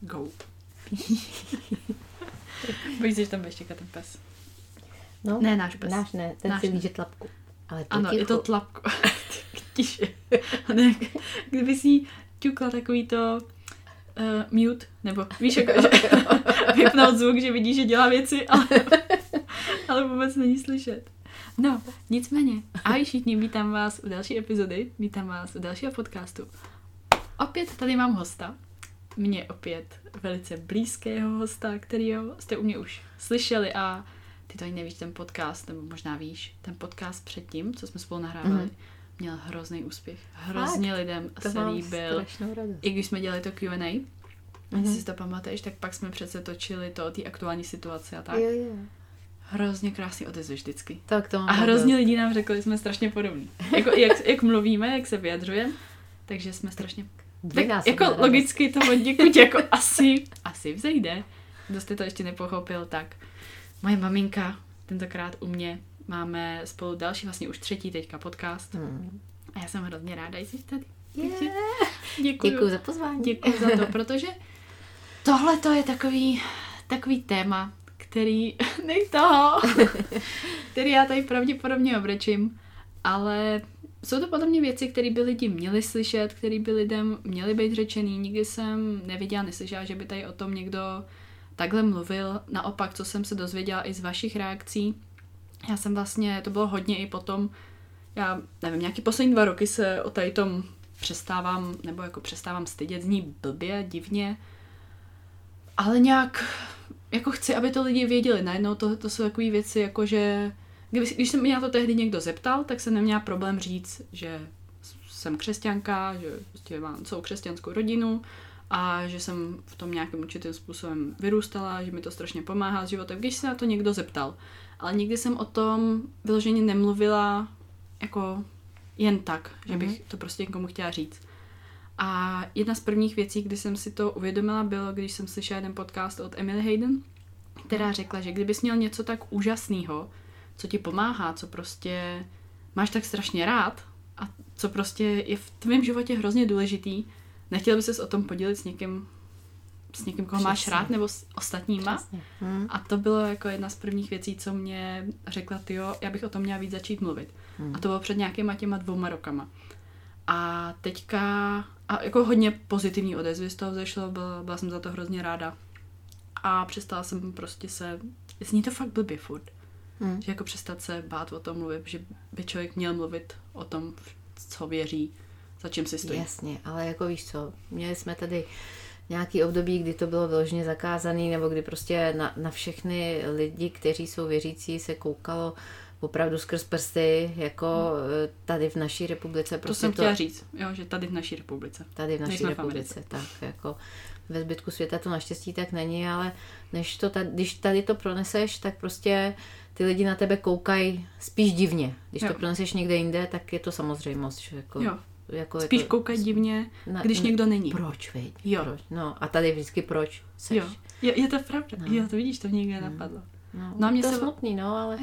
Go. Bojíš se, že tam bude ještě ten pes. No, ne, náš pes. Náš ne, ten si líže tlapku. Ale to ano, ticho. je to tlapko. Tiše. Ne, kdyby si ťukla takový to mute, nebo víš, jako, že vypnout zvuk, že vidíš, že dělá věci, ale vůbec není slyšet. No, nicméně. Ahoj všichni, vítám vás u další epizody, vítám vás u dalšího podcastu. Opět tady mám hosta. Mně opět velice blízkého hosta, kterýho jste u mě už slyšeli a ty to ani nevíš, ten podcast, nebo možná víš, ten podcast předtím, co jsme spolu nahrávali, měl hrozný úspěch. Hrozně lidem se líbil. I když jsme dělali to Q&A, jestli si to pamatuješ, tak pak jsme přece točili to o té aktuální situaci a tak. Jo. Hrozně krásný odezvy vždycky. Tak to a hrozně lidí nám řekli, že jsme strašně podobní. Jako, jak mluvíme, jak se vyjadřujeme, takže jsme strašně... Tak jako logicky to odněkud jako asi vzejde. Kdo jste to ještě nepochopil, tak moje maminka, tentokrát u mě, máme spolu další, vlastně už třetí teďka podcast. A já jsem hrozně ráda, že jsi tady. Děkuji za pozvání. Děkuji za to, protože tohle to je takový téma, který já tady pravděpodobně obrečím, ale jsou to podle mě věci, které by lidi měli slyšet, které by lidem měly být řečený. Nikdy jsem neviděla, neslyšela, že by tady o tom někdo takhle mluvil. Naopak, co jsem se dozvěděla i z vašich reakcí. Já jsem vlastně, to bylo hodně i potom, já nevím, nějaký poslední 2 roky se o tady tom přestávám stydět, zní blbě, divně, ale nějak jako chci, aby to lidi věděli. Najednou to jsou takové věci, jako že když se mě na to tehdy někdo zeptal, tak jsem neměla problém říct, že jsem křesťanka, že prostě mám celou křesťanskou rodinu a že jsem v tom nějakým určitým způsobem vyrůstala, že mi to strašně pomáhá s životem, když se na to někdo zeptal. Ale nikdy jsem o tom vyloženě nemluvila jako jen tak, že bych to prostě někomu chtěla říct. A jedna z prvních věcí, kdy jsem si to uvědomila, bylo, když jsem slyšela jeden podcast od Emily Hayden, která řekla, že kdybys měl něco tak úžasného, co ti pomáhá, co prostě máš tak strašně rád a co prostě je v tvém životě hrozně důležitý, nechtěl bys se o tom podělit s někým, koho máš rád, nebo s ostatníma. A to bylo jako jedna z prvních věcí, co mě řekla, tyjo, já bych o tom měla víc začít mluvit. A to bylo před nějakýma těma 2 rokama. A teďka, a jako hodně pozitivní odezvy z toho vzešlo, byla jsem za to hrozně ráda. A přestala jsem prostě zní to fakt blbě furt. Že jako přestat se bát o tom mluvit, že by člověk měl mluvit o tom, co věří, za čím si stojí. Jasně, ale jako víš co, měli jsme tady nějaký období, kdy to bylo vyloženě zakázané, nebo kdy prostě na všechny lidi, kteří jsou věřící, se koukalo opravdu skrz prsty, jako tady v naší republice. Prostě to jsem chtěla říct, jo, že tady v naší republice. Tady v naší republice, tak jako ve zbytku světa to naštěstí tak není, ale když tady to proneseš, tak prostě ty lidi na tebe koukají spíš divně. Když to proneseš někde jinde, tak je to samozřejmost. Že jako spíš koukají divně, když někdo není. Proč, viď? Jo. Proč? No a tady vždycky proč seš. Jo. Je to pravda. No. Jo, to vidíš, to mě nikdy nenapadlo. No a mě to smutný, no, ale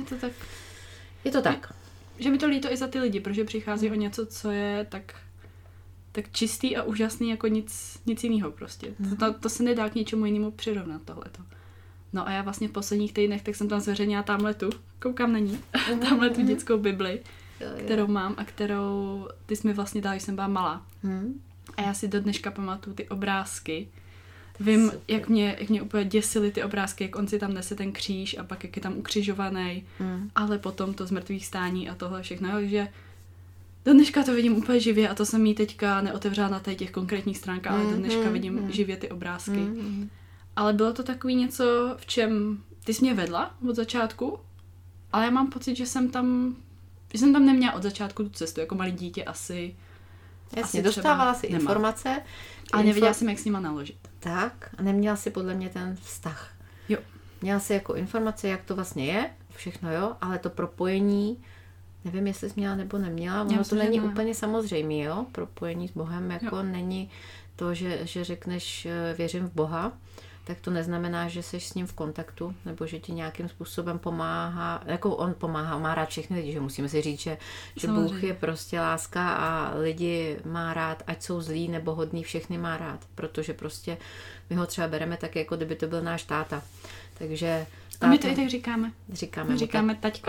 je to tak. Že mi to líto i za ty lidi, protože přichází o něco, co je tak čistý a úžasný jako nic jiného prostě. To se nedá k ničemu jinému přirovnat tohleto. No a já vlastně v posledních týdnech, tak jsem tam zveřejnila tamhletu, koukám na ní, tamhletu dětskou Bibli, kterou mám a kterou ty jsi mi vlastně dala, když jsem byla malá. A já si do dneška pamatuju ty obrázky. Vím, jak mě úplně děsily ty obrázky, jak on si tam nese ten kříž a pak jak je tam ukřižovaný, ale potom to zmrtvých stání a tohle všechno, jo, že do dneška to vidím úplně živě a to jsem jí teďka neotevřela na těch konkrétních stránkách, ale do dneška vidím živě ty obrázky. Ale bylo to takový něco, v čem ty jsi mě vedla od začátku, ale já mám pocit, že jsem tam neměla od začátku tu cestu, jako malý dítě asi. Jasně, dostávala si informace. Ale nevěděla jsem, jak s nima naložit. Tak, a neměla si podle mě ten vztah. Jo. Měla si jako informace, jak to vlastně je, všechno jo, ale to propojení, nevím, jestli jsi měla nebo neměla, ono to není úplně samozřejmé, jo, propojení s Bohem, jako není to, že řekneš věřím v Boha, tak to neznamená, že jsi s ním v kontaktu, nebo že ti nějakým způsobem pomáhá, jako on pomáhá, má rád všechny lidi, že musíme si říct, že Bůh je prostě láska a lidi má rád, ať jsou zlí nebo hodní, všechny má rád, protože prostě my ho třeba bereme tak, jako kdyby to byl náš táta. Takže a my to i tak říkáme. Říkáme taťko.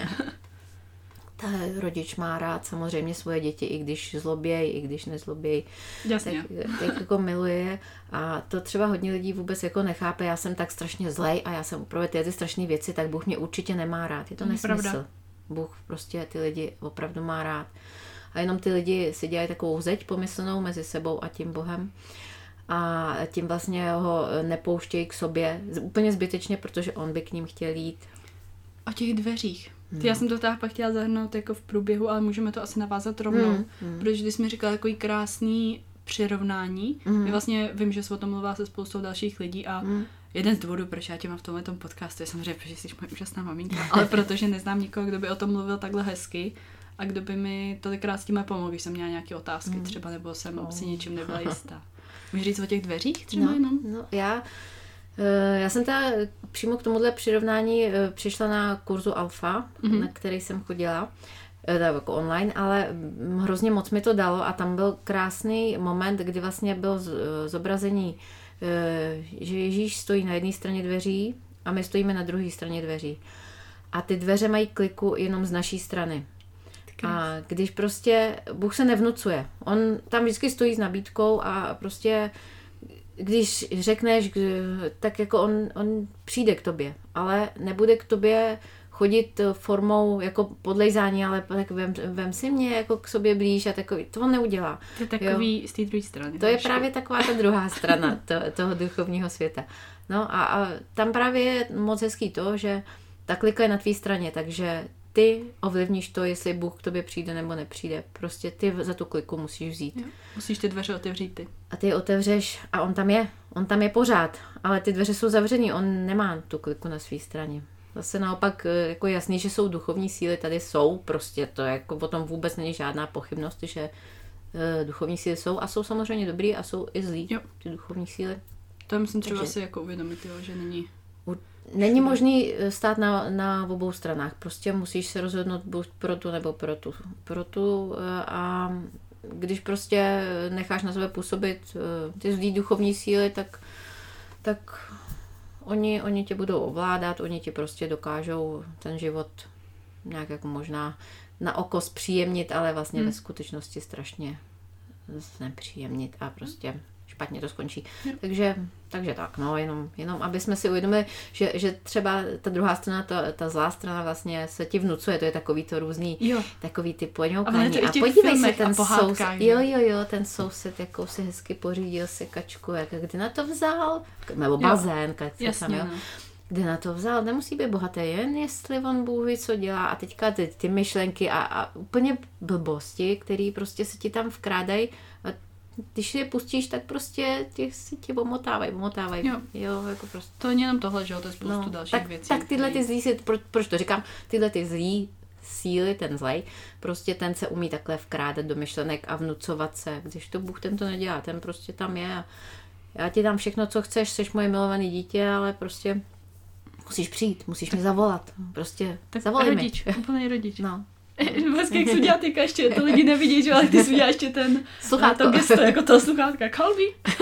Rodič má rád samozřejmě svoje děti, i když zloběj, i když nezloběj. Jasně. Tak jako miluje a to třeba hodně lidí vůbec jako nechápe, já jsem tak strašně zlej a já jsem upravil ty strašné věci, tak Bůh mě určitě nemá rád. Je to nesmysl. Pravda. Bůh prostě ty lidi opravdu má rád. A jenom ty lidi si dělají takovou zeď pomyslnou mezi sebou a tím Bohem. A tím vlastně ho nepouštějí k sobě úplně zbytečně, protože on by k ním chtěl jít. O těch dveřích. Já jsem to pak chtěla zahrnout jako v průběhu, ale můžeme to asi navázat rovnou. Protože když jsi mi říkala takový krásný přirovnání, já vlastně vím, že jsi o tom mluvila se spoustou dalších lidí a jeden z důvodů, proč já tě mám v tomhletom podcastu, je samozřejmě, protože jsi moje úžasná maminka, ale protože neznám nikoho, kdo by o tom mluvil takhle hezky a kdo by mi tolikrát s tím pomohl, když jsem měla nějaké otázky třeba, nebo jsem si něčím nebyla jistá. Můžeš říct o těch dveřích třeba jenom? No, já jsem teda přímo k tomuhle přirovnání přišla na kurzu Alfa, na který jsem chodila, jako online, ale hrozně moc mi to dalo a tam byl krásný moment, kdy vlastně bylo zobrazení, že Ježíš stojí na jedné straně dveří a my stojíme na druhé straně dveří. A ty dveře mají kliku jenom z naší strany. A když prostě Bůh se nevnucuje, on tam vždycky stojí s nabídkou a prostě když řekneš, tak jako on přijde k tobě, ale nebude k tobě chodit formou jako podlejzání, ale tak vem si mě jako k sobě blíž a takový, to on neudělá. To je takový z té druhé strany. To je právě taková ta druhá strana toho duchovního světa. No a tam právě je moc hezký to, že ta klika je na tvý straně, takže ty ovlivníš to, jestli Bůh k tobě přijde nebo nepřijde. Prostě ty za tu kliku musíš vzít. Jo. Musíš ty dveře otevřít ty. A ty otevřeš a on tam je. On tam je pořád, ale ty dveře jsou zavřený. On nemá tu kliku na své straně. Zase naopak jako jasný, že jsou duchovní síly, tady jsou. Prostě to jako o tom vůbec není žádná pochybnost, že duchovní síly jsou a jsou samozřejmě dobrý a jsou i zlí. Jo. Ty duchovní síly. To myslím třeba si jako uvědomit, jo, že není... Není možný stát na obou stranách. Prostě musíš se rozhodnout buď pro tu nebo pro tu a když prostě necháš na sebe působit ty zlý duchovní síly, tak oni tě budou ovládat, oni ti prostě dokážou ten život nějak jako možná na oko zpříjemnit, ale vlastně ve skutečnosti strašně znepříjemnit a prostě špatně to skončí. Takže tak, no, jenom aby jsme si uvědomili, že třeba ta druhá strana, ta zlá strana vlastně se ti vnucuje, to je takový to různý, takový ty poňoukání. A podívej se, ten soused, ten soused, jakou si hezky pořídil si kačku, kdy na to vzal, nebo bazén, kdy na to vzal, nemusí být bohatý, jen jestli on Bůh ví, co dělá a teďka ty myšlenky a úplně blbosti, který prostě se ti tam vkrádají. Když je pustíš, tak prostě si tě omotávají. Jo, jako prostě. To není jenom tohle, že jo, to je spoustu dalších věcí. Tak tyhle ty zlý, proč to říkám, tyhle ty zlý síly, ten zlej, prostě ten se umí takhle vkrádat do myšlenek a vnucovat se, když to Bůh ten to nedělá, ten prostě tam je a já ti dám všechno, co chceš, jsi moje milované dítě, ale prostě musíš přijít, musíš mi zavolat, prostě tak zavolej rodič, mi. úplný rodič. No. Vlastně jak jsi udělala teďka ještě, to lidi nevidí, že? Ale ty jsi udělala ještě to gesto, jako toho sluchátka, call me.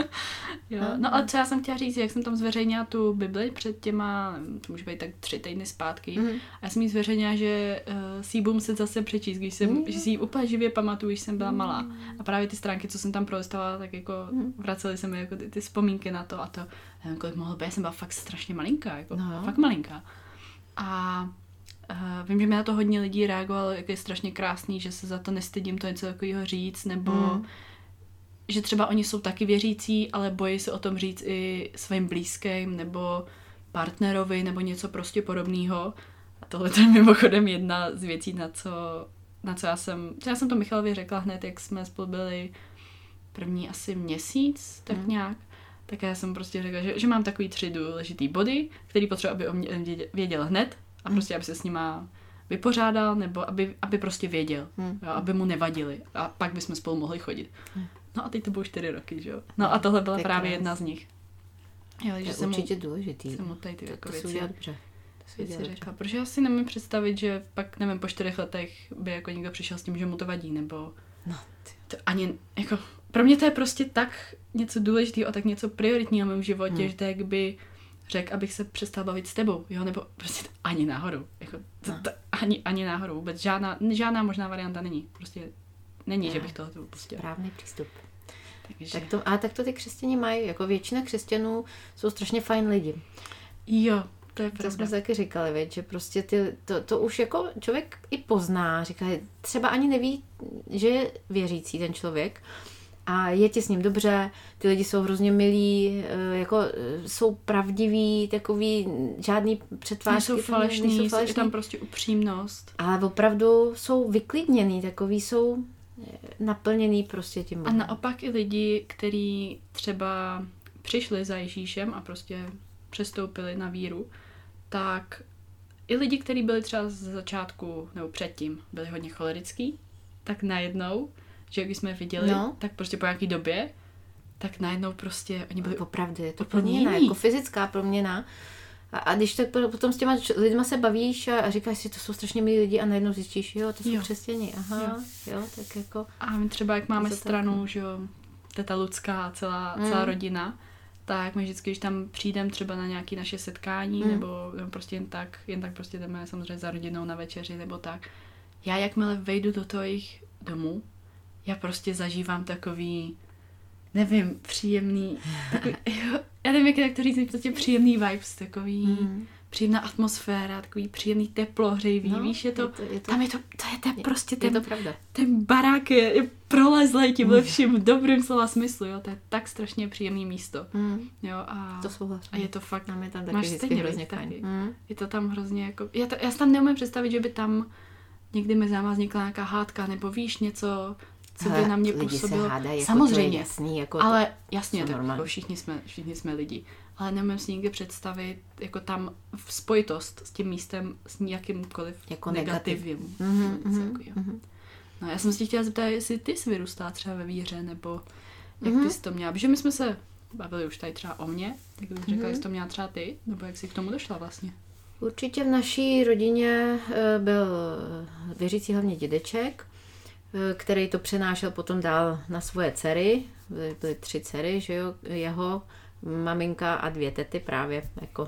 Jo. No a co já jsem chtěla říct, jak jsem tam zveřejnila tu Bibli před těma, to může být tak 3 týdny zpátky, a já jsem jí zveřejnila, že si ji budu muset zase přečíst, že si ji úplně živě pamatuju, když jsem byla malá. A právě ty stránky, co jsem tam prolistovala, tak jako vracely se mi jako ty vzpomínky na to a to, nevím, kolik mohlo být, já jsem byla fakt strašně malinká, jako fakt malinká. A vím, že mi na to hodně lidí reagovalo, jak je strašně krásný, že se za to nestydím to něco takového říct, nebo že třeba oni jsou taky věřící, ale bojí se o tom říct i svým blízkým, nebo partnerovi, nebo něco prostě podobného. A tohle je mimochodem jedna z věcí, na co já jsem to Michalovi řekla hned, jak jsme spolu byli první asi měsíc, tak nějak. Tak já jsem prostě řekla, že mám takový 3 důležitý body, který potřebuji, aby o mě věděl hned. A prostě, aby se s nima vypořádal, nebo aby prostě věděl, jo, aby mu nevadili. A pak bychom spolu mohli chodit. No a teď to bylo 4 roky, že jo? No a tohle byla právě jedna z nich. Jo, to je určitě důležitý. Jsem mu tady ty jako věci řekla. Protože já si nemůžu představit, že pak, nevím, po 4 letech by jako někdo přišel s tím, že mu to vadí, nebo to ani, jako, pro mě to je prostě tak něco důležitého a tak něco prioritního v mém životě, že to je, kdyby řekl, abych se přestal bavit s tebou, jo, nebo prostě ani náhodou, jako, ani náhodou, vůbec žádná možná varianta není, prostě není, že bych tohle pustil. Správný přístup. Takže... Tak to ty křesťané mají, jako většina křesťanů jsou strašně fajn lidi. Jo, to je pravda. To jsme se taky říkali, věď, že prostě to už jako člověk i pozná, říká, třeba ani neví, že je věřící ten člověk a je ti s ním dobře, ty lidi jsou hrozně milí, jako jsou pravdiví, takový, žádný přetvářky. Nejsou falešný, je tam prostě upřímnost. Ale opravdu jsou vyklidněný, takový jsou naplněný prostě tím Bohem. A naopak i lidi, kteří třeba přišli za Ježíšem a prostě přestoupili na víru, tak i lidi, kteří byli třeba z začátku nebo předtím byli hodně cholerický, tak najednou, že když jsme je viděli, tak prostě po nějaký době, tak najednou prostě oni byli opravdu, je to proměna, jako fyzická proměna. A když tak potom s těma lidma se bavíš a říkáš si, to jsou strašně milí lidi a najednou zjistíš, jo, to jsou křesťané, jo, tak jako... A my třeba, jak máme stranu, že jo, teta Lucka a celá rodina, tak my vždycky, když tam přijdem třeba na nějaké naše setkání, nebo prostě jen tak prostě jdeme samozřejmě za rodinou na večeři, nebo tak. Já jakmile vejdu do toho jejich domů, já prostě zažívám takový, nevím, příjemný, takový, jo, já nevím, jak to říct, prostě příjemný vibes, takový příjemná atmosféra, takový příjemný teplo, hřejivý, víš, je to tam je to prostě ten barák je prolezlej tímhle vším v dobrým slova smyslu, jo, to je tak strašně příjemný místo, jo, to souhlasím. A je to fakt, nám je tam taky vždycky hrozně fajn. Je to tam hrozně jako, já si tam neumím představit, že by tam někdy mezi náma vznikla nějaká hádka, nebo víš, něco, co by na mě působilo. Lidi se hádají, jako samozřejmě, to je jasný, jako ale jasně, tak jako všichni jsme lidi. Ale neumím si nikdy představit jako tam v spojitost s tím místem s jakýmkoliv jako negativním. No, já jsem si chtěla zeptat, jestli ty jsi vyrůstala třeba ve víře, nebo jak ty jsi to měla. Protože my jsme se bavili už tady třeba o mně, tak bych řekla, jestli to měla třeba ty, nebo jak jsi k tomu došla vlastně. Určitě v naší rodině byl věřící hlavně dědeček, který to přenášel potom dál na svoje dcery. Byly 3 dcery, že jo, jeho maminka a 2 tety právě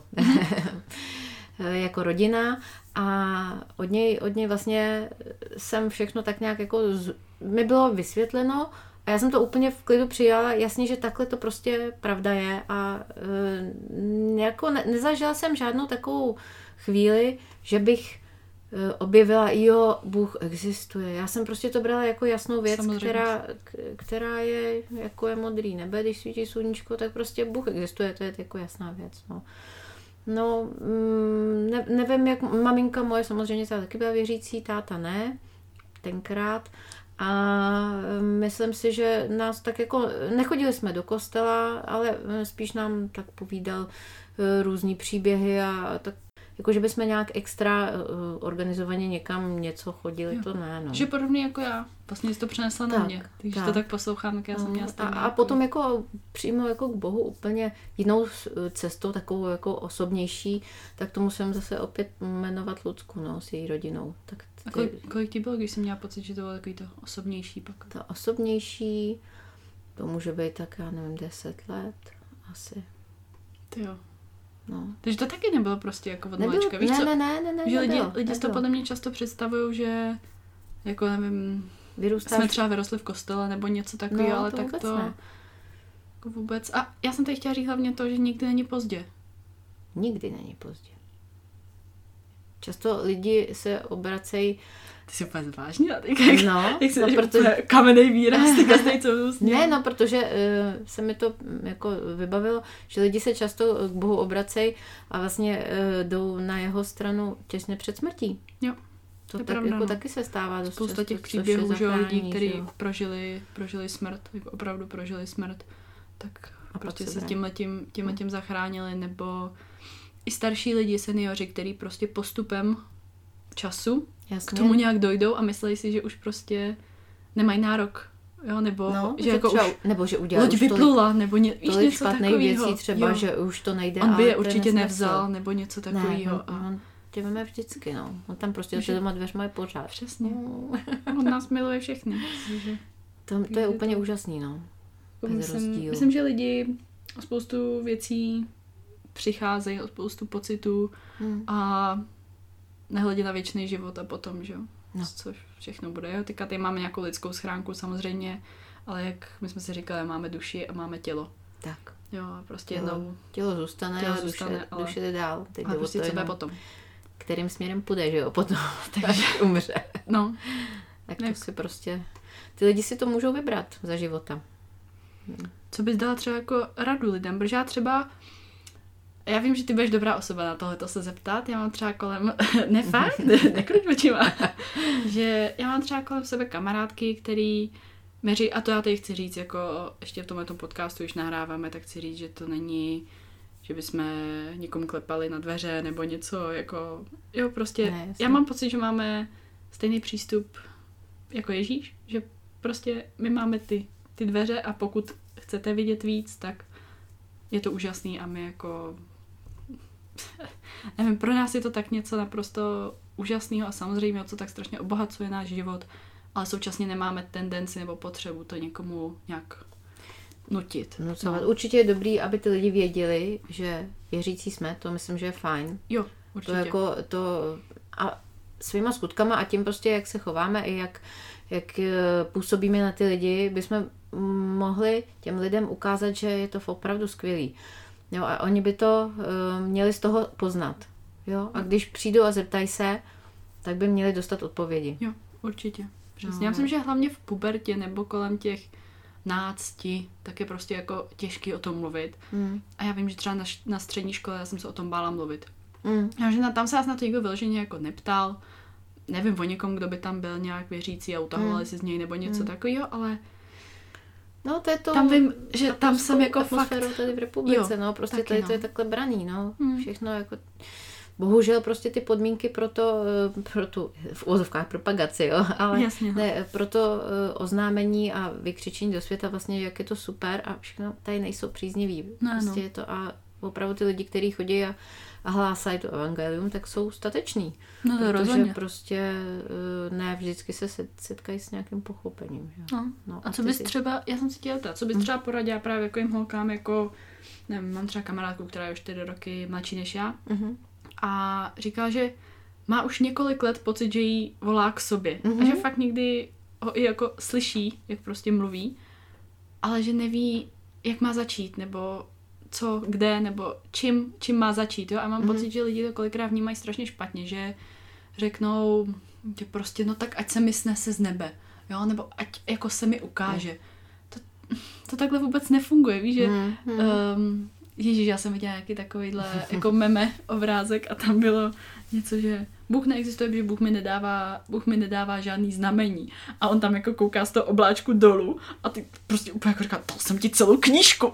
jako rodina a od něj vlastně jsem všechno tak nějak jako mi bylo vysvětleno a já jsem to úplně v klidu přijala, jasně, že takhle to prostě pravda je a jako nezažila jsem žádnou takovou chvíli, že bych objevila, jo, Bůh existuje. Já jsem prostě to brala jako jasnou věc, která je, jako je modrý nebe, když svítí sluníčko, tak prostě Bůh existuje, to je jako jasná věc. No nevím, jak maminka moje samozřejmě taky byla věřící, táta ne, tenkrát. A myslím si, že nás tak jako, nechodili jsme do kostela, ale spíš nám tak povídal různý příběhy a tak jako, že bychom nějak extra organizovaně někam něco chodili, to ne, no. Že podobně jako já. Vlastně jsi to přenesla na mě. Když to tak poslouchám, tak já jsem měla stejně. A potom jako přímo jako k Bohu úplně jinou cestou, takovou jako osobnější, tak to musím zase opět jmenovat Lucku, no, s její rodinou. Tak a kolik ti bylo, když jsi měla pocit, že to bylo takový to osobnější pak? To osobnější, to může být tak, já nevím, 10 let asi. Ty jo. No. Takže to taky nebylo prostě jako od malička, víš co? Ne, že lidi si to podle mě často představují, že jako nevím, jsme třeba vyrostli v kostele nebo něco takového, ale tak to jako vůbec. A já jsem tady chtěla říct hlavně to, že nikdy není pozdě. Nikdy není pozdě. Často lidi se obracejí. Ty jsi úplně zvážnila, protože kamenej výraz, ty každej co vlastně. Ne, protože se mi to jako vybavilo, že lidi se často k Bohu obracejí a vlastně jdou na jeho stranu těsně před smrtí. Jo. To tak, pravda, jako taky se stává dost spousta často, těch příběhů, že lidí, kteří prožili smrt, jako opravdu prožili smrt, tak a prostě se tímhletím zachránili, nebo i starší lidi, seniori, kteří prostě postupem času k tomu nějak dojdou a myslí si, že už prostě nemají nárok jo, nebo No, že jako třeba, už nebo že udělal loď vyplula, nebo tolik něco špatných takového. věcí třeba, že už to nejde. On by je ale to je určitě nesmysl. nevzal, nebo něco takového. Ne, on tě veme vždycky, no. On tam prostě za těma dveřma je pořád. Přesně. On nás miluje všechny. Takže To je úplně úžasný, no. Myslím, že lidi o spoustu věcí přicházejí, o spoustu pocitů a nehledí na věčný život a potom, že jo. No. Což všechno bude. Jo, teďka tady máme nějakou lidskou schránku samozřejmě, ale jak my jsme si říkali, máme duši a máme tělo. Tak. Jo, a prostě jednou tělo zůstane, ale duše jde dál. Teď a prostě sebe potom. Kterým směrem půjde, že jo, potom. Takže umře. No. Tak to si prostě... Ty lidi si to můžou vybrat za života. Co bys dala třeba jako radu lidem? Protože já vím, že ty budeš dobrá osoba na tohleto se zeptat. Já mám třeba kolem... Ne fakt? Nekruť očima. Že já mám třeba kolem sebe kamarádky, který meří, a to já teď chci říct, jako ještě v tomhle podcastu, když nahráváme, tak chci říct, že to není, že bychom někomu klepali na dveře nebo něco, jako, jo, prostě, ne, já mám pocit, že máme stejný přístup jako Ježíš, že prostě my máme ty dveře a pokud chcete vidět víc, tak je to úžasný a my jako nevím, pro nás je to tak něco naprosto úžasného a samozřejmě co tak strašně obohacuje náš život, ale současně nemáme tendenci nebo potřebu to někomu nějak nutit. No. Určitě je dobrý, aby ty lidi věděli, že věřící jsme, to myslím, že je fajn. Jo, určitě. To jako a svýma skutkama a tím prostě, jak se chováme i jak působíme na ty lidi, bychom mohli těm lidem ukázat, že je to opravdu skvělý. Jo, a oni by to měli z toho poznat. Jo? A když přijdou a zeptají se, tak by měli dostat odpovědi. Jo, určitě. Přesně. Já myslím, že hlavně v pubertě nebo kolem těch 15, tak je prostě jako těžký o tom mluvit. A já vím, že třeba na střední škole já jsem se o tom bála mluvit. Že tam se nás na to někdo vyloženě jako neptal. Nevím o někom, kdo by tam byl nějak věřící a utahovali si z něj nebo něco takového, ale no to je to. Tam vím, že tam jsem jako fakt tady v republice, no, prostě tady to je takhle braný, no. Všechno jako bohužel prostě ty podmínky pro tu v uvozovkách propagaci, jo, ale jasně, ne, pro to oznámení a vykřičení do světa vlastně, jak je to super a všechno tady nejsou přízniví. Prostě je to a opravdu ty lidi, kteří chodí a hlásají to evangelium, tak jsou stateční. No to protože rozhodně. Prostě ne vždycky se setkají s nějakým pochopením. Že? No. A co bys třeba, já jsem si chtěla ptát, co bys třeba poradila právě jako jim holkám, jako, nevím, mám třeba kamarádku, která je už 4 roky mladší než já a říká, že má už několik let pocit, že jí volá k sobě a že fakt někdy ho i jako slyší, jak prostě mluví, ale že neví, jak má začít, nebo co, kde, nebo čím má začít, jo? A mám pocit, že lidi to kolikrát vnímají strašně špatně, že řeknou, že prostě, no tak ať se mi snese z nebe, jo? Nebo ať jako se mi ukáže. To takhle vůbec nefunguje, víš, že Ježíš, já jsem viděla nějaký takovýhle jako meme obrázek a tam bylo něco, že Bůh neexistuje, protože Bůh mi nedává žádný znamení. A on tam jako kouká z toho obláčku dolů a ty prostě úplně jako říká, dal jsem ti celou knížku.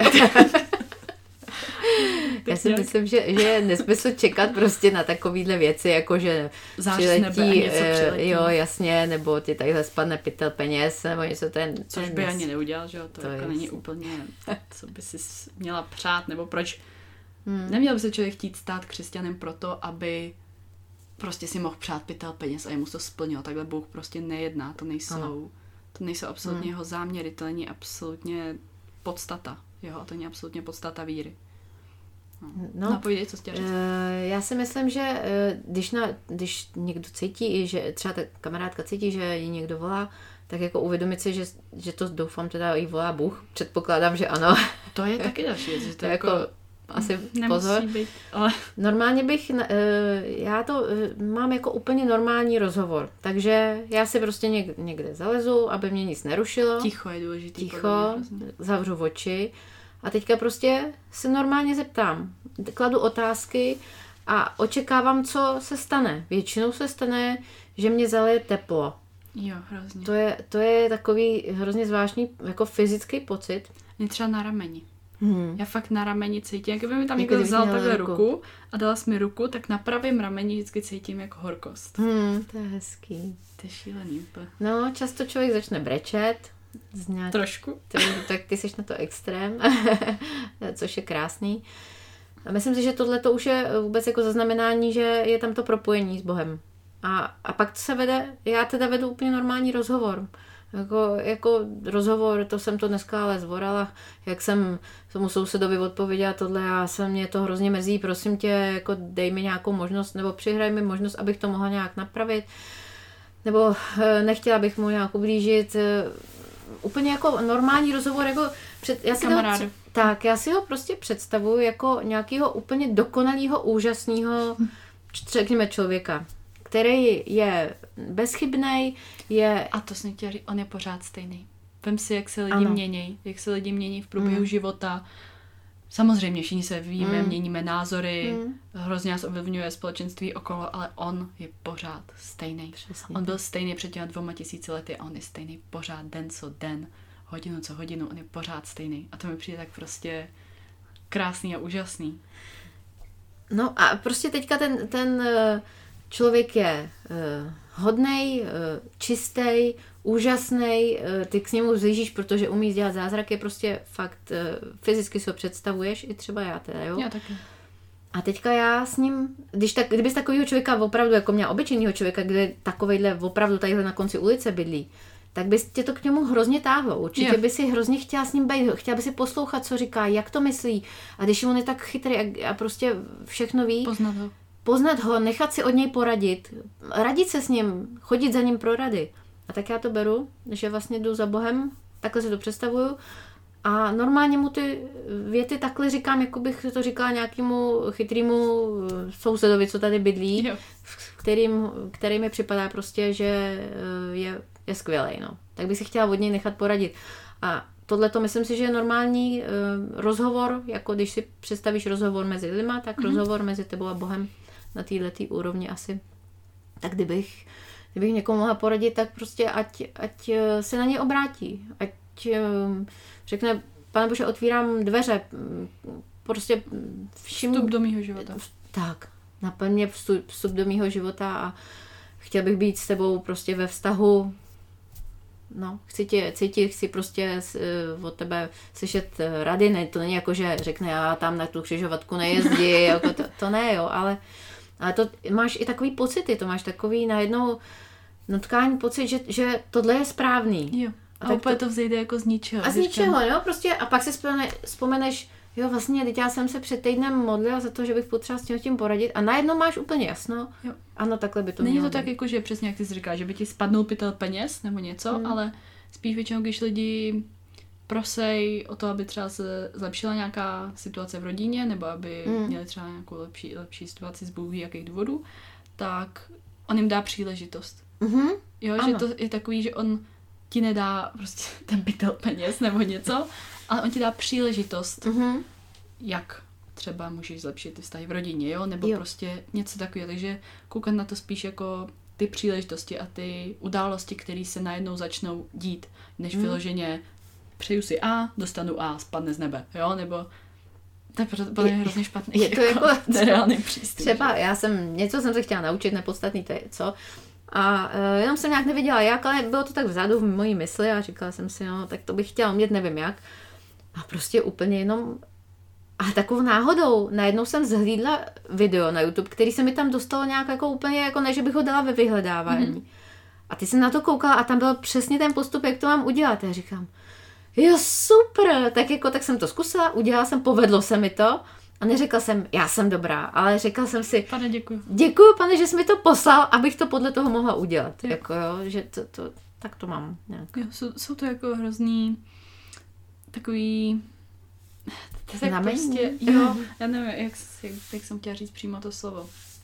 Já si myslím, že je nesmysl čekat prostě na takovýhle věci, jako že přiletí, jo, jasně, nebo ti takhle spadne pytel peněz, nebo něco ten. Což by ani neudělal, že jo, to jako není úplně, co by si měla přát, nebo proč. Neměl by se člověk chtít stát křesťanem proto, aby prostě si mohl přát pytel peněz a jemu to splnil. Takhle Bůh prostě nejedná, to nejsou absolutně jeho záměry, to není absolutně podstata, jo, to není absolutně podstata víry. No povídej, co jsi já si myslím, že když někdo cítí, že třeba ta kamarádka cítí, že ji někdo volá, tak jako uvědomit si, že to doufám teda jí volá Bůh. Předpokládám, že ano. To je taky další věc. To jako asi pozor. Být, ale... Normálně já to mám jako úplně normální rozhovor, takže já si prostě někde zalezu, aby mě nic nerušilo. Ticho je důležitý. Ticho, zavřu oči. A teďka prostě se normálně zeptám. Kladu otázky a očekávám, co se stane. Většinou se stane, že mě zaleje teplo. Jo, hrozně. To je takový hrozně zvláštní jako fyzický pocit. Mě třeba na rameni. Já fakt na rameni cítím, kdyby mi tam někdo vzal takhle ruku a dala jsi mi ruku, tak na pravém rameni vždycky cítím jako horkost. To je hezký. To je šílený. No, často člověk začne brečet, Trošku. Tak ty jsi na to extrém, což je krásný. A myslím si, že tohle to už je vůbec jako zaznamenání, že je tam to propojení s Bohem. A pak se vede, já teda vedu úplně normální rozhovor. Jako rozhovor, to jsem to dneska ale zvorala, jak jsem tomu sousedovi odpověděla tohle a mě to hrozně mrzí, prosím tě, jako dej mi nějakou možnost, nebo přihraj mi možnost, abych to mohla nějak napravit, nebo nechtěla bych mu nějak ublížit. Úplně jako normální rozhovor, jako já si ho prostě představuji jako nějakého úplně dokonalého, úžasného, řekněme, člověka, který je bezchybnej, je... A to jsem chtěla říct, on je pořád stejný. Vem si, jak se lidi mění v průběhu života. Samozřejmě, všichni se víme, měníme názory, hrozně nás ovlivňuje společenství okolo, ale on je pořád stejný. Přesně. On byl stejný před těmi 2000 lety a on je stejný pořád den co den, hodinu co hodinu, on je pořád stejný. A to mi přijde tak prostě krásný a úžasný. No a prostě teďka ten člověk je hodnej, čistý, úžasný, ty k němu zlížíš, protože umí dělat zázraky, prostě fakt fyzicky si ho představuješ, i třeba já teda, jo? Já taky. A teďka já s ním, kdybys takového člověka opravdu, jako měla obyčejného člověka, kde takovejhle opravdu tadyhle na konci ulice bydlí, tak bys tě to k němu hrozně táhlo. Určitě by si hrozně chtěla s ním být, chtěla by si poslouchat, co říká, jak to myslí. A když on je tak chytrý a prostě všechno ví, poznat ho, nechat si od něj poradit, radit se s ním, chodit za ním pro rady. A tak já to beru, že vlastně jdu za Bohem, takhle si to představuju a normálně mu ty věty takhle říkám, jako bych to říkala nějakému chytrému sousedovi, co tady bydlí, který mi připadá prostě, že je skvělej, no. Tak bych si chtěla od něj nechat poradit. A tohle to myslím si, že je normální rozhovor, jako když si představíš rozhovor mezi lidma, tak rozhovor mezi tebou a Bohem na této úrovni asi. Tak kdybych někomu mohla poradit, tak prostě ať se na něj obrátí. Ať řekne, Pane Bože, otvírám dveře. Prostě vstup do mýho života. Tak, naplň mě vstup do mýho života a chtěl bych být s tebou prostě ve vztahu. No, chci prostě od tebe slyšet rady, ne, to není jako, že řekne, já tam na tu křižovatku nejezdí, jako to ne, jo, ale to máš i takový pocity, to máš takový najednou nutkání pocit, že tohle je správný. Jo. A úplně to vzejde jako z ničeho. A z ničeho, jo, prostě a pak si vzpomeneš, jo, vlastně, teď já jsem se před týdnem modlila za to, že bych potřebovala s tím poradit a najednou máš úplně jasno. Jo. Ano, takhle by to Není mělo to tak jako, že přesně jak ty jsi říkala, že by ti spadnul pytel peněz nebo něco, ale spíš většinou, když lidi prosej o to, aby třeba se zlepšila nějaká situace v rodině, nebo aby měli třeba nějakou lepší situaci z bůh ví jakých důvodů, tak on jim dá příležitost. Jo, ano. Že to je takový, že on ti nedá prostě ten pytel peněz nebo něco, ale on ti dá příležitost, jak třeba můžeš zlepšit ty vztahy v rodině, jo, nebo prostě něco takového. Takže koukat na to spíš jako ty příležitosti a ty události, které se najednou začnou dít, než vyloženě přeju si A, dostanu A, spadne z nebe, jo, nebo to je hrozně špatný. Je to jako nereálný přístup. Třeba něco jsem se chtěla naučit, nepodstatný to je, co? A jenom jsem nějak nevěděla jak, ale bylo to tak vzadu v mojí mysli a říkala jsem si, no, tak to bych chtěla umět, nevím jak. A prostě úplně jenom, a takovou náhodou, najednou jsem zhlídla video na YouTube, který se mi tam dostalo nějak jako úplně, jako ne, že bych ho dala ve vyhledávání. A ty jsem na to koukala a tam byl přesně ten postup, jak to mám udělat. Já říkám, jo, super, tak jsem to zkusila, udělala jsem, povedlo se mi to. A neřekla jsem, já jsem dobrá, ale řekla jsem si, Pane, děkuju. Děkuju, pane, že jsi mi to poslal, abych to podle toho mohla udělat. Jako jo, že tak to mám. Nějak. Jo, jsou to jako hrozný takový tak prostě, jo, já nevím, jak jsem chtěla říct přímo to slovo.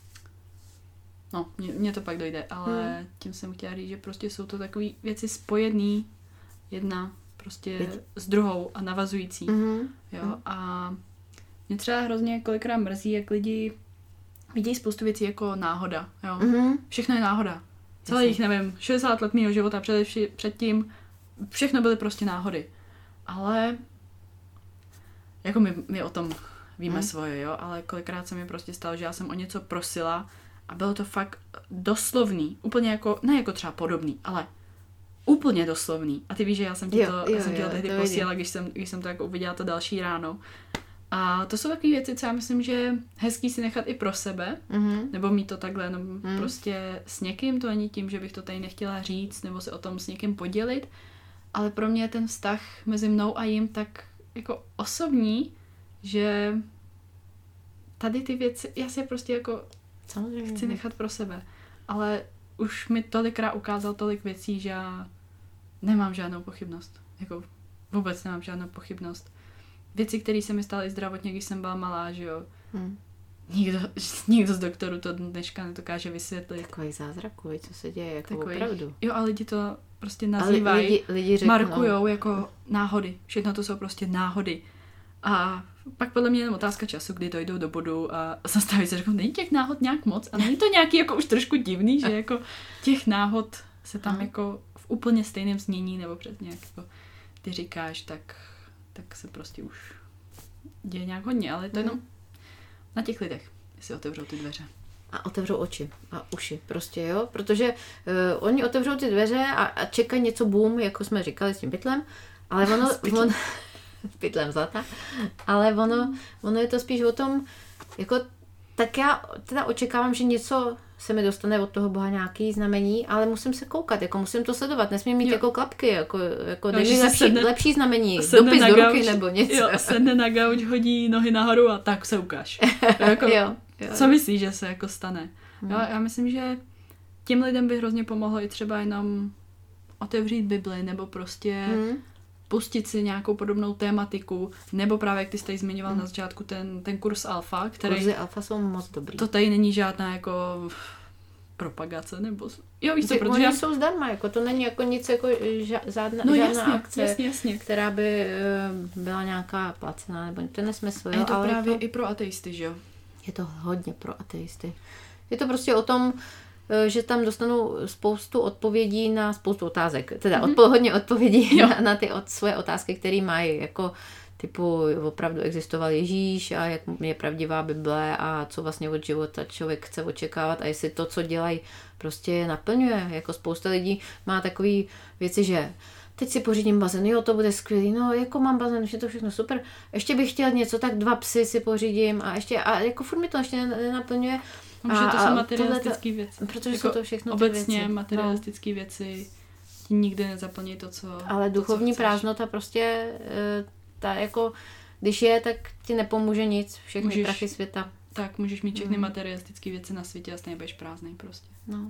No, mně to pak dojde, ale tím jsem chtěla říct, že prostě jsou to takové věci spojený jedna prostě s druhou a navazující. Jo, a mě třeba hrozně kolikrát mrzí, jak lidi vidí spoustu věcí jako náhoda, jo. Všechno je náhoda. Celých, nevím, 60 let mýho života předtím, všechno byly prostě náhody. Ale jako my o tom víme svoje, jo, ale kolikrát se mi prostě stalo, že já jsem o něco prosila a bylo to fakt doslovný, úplně jako, ne jako třeba podobný, ale úplně doslovný. A ty víš, že já jsem ti to tehdy to posílala, když jsem to jako uviděla to další ráno. A to jsou takové věci, co já myslím, že je hezký si nechat i pro sebe, nebo mít to takhle jenom prostě s někým, to není tím, že bych to tady nechtěla říct, nebo se o tom s někým podělit, ale pro mě je ten vztah mezi mnou a jim tak jako osobní, že tady ty věci, já si je prostě jako chci nechat pro sebe, ale už mi tolikrát ukázal tolik věcí, že já nemám žádnou pochybnost, jako vůbec nemám žádnou pochybnost. Věci, které se mi staly zdravotně, když jsem byla malá, že jo. Nikdo z doktorů to dneška nedokáže vysvětlit. Takový zázraku, co se děje, jako opravdu. Jo, a lidi to prostě nazývají, lidi markujou jako náhody. Všechno to jsou prostě náhody. A pak podle mě je otázka času, kdy dojdou do bodu a zastaví se, řeknou, není těch náhod nějak moc? A není to nějaký jako už trošku divný, že jako těch náhod se tam jako v úplně stejném znění, nebo přesně jak jako ty říkáš, tak se prostě už děje nějak hodně, ale to jenom na těch lidech, jestli otevřou ty dveře. A otevřou oči a uši, prostě jo, protože oni otevřou ty dveře a čekají něco boom, jako jsme říkali s tím pytlem, ale ono s pytlem zlata, ale ono je to spíš o tom, jako tak já teda očekávám, že něco se mi dostane od toho Boha nějaký znamení, ale musím se koukat, jako musím to sledovat, nesmím mít jako klapky, jako dej mi lepší znamení, dopis do ruky nebo něco. Jo, sedne na gauč, hodí nohy nahoru a tak se ukáž. Jako, jo. Co myslíš, že se jako stane? Já myslím, že těm lidem by hrozně pomohlo i třeba jenom otevřít Bibli, nebo prostě pustit si nějakou podobnou tématiku, nebo právě, jak ty jsi tady zmiňoval na začátku, ten kurz Alfa, který... Kurzy Alfa jsou moc dobrý. To tady není žádná jako propagace, nebo... Jo, víš co, protože... Oni jsou zdarma, jako to není jako nic, jako žádná akce, jasně. která by byla nějaká placená, nebo to je nesmysl. Je to ale právě i pro ateisty, že jo? Je to hodně pro ateisty. Je to prostě o tom, že tam dostanou spoustu odpovědí na spoustu otázek. Teda hodně odpovědí na ty svoje otázky, které mají, jako typu opravdu existoval Ježíš a jak je pravdivá Bible a co vlastně od života člověk chce očekávat a jestli to, co dělají, prostě je naplňuje. Jako spousta lidí má takové věci, že teď si pořídím bazén, jo, to bude skvělý, no, jako mám bazén, už je to všechno super, ještě bych chtěl něco, tak 2 psy si pořídím a jako furt mi to ještě nenaplňuje. Protože to jsou materialistické věci. Protože jako jsou to všechno obecně věci. materialistické věci ti nikdy nezaplní to, co... Ale duchovní prázdnota prostě, ta jako, když je, tak ti nepomůže nic, všechny prachy světa. Tak, můžeš mít všechny materialistické věci na světě a stejně budeš prázdnej prostě.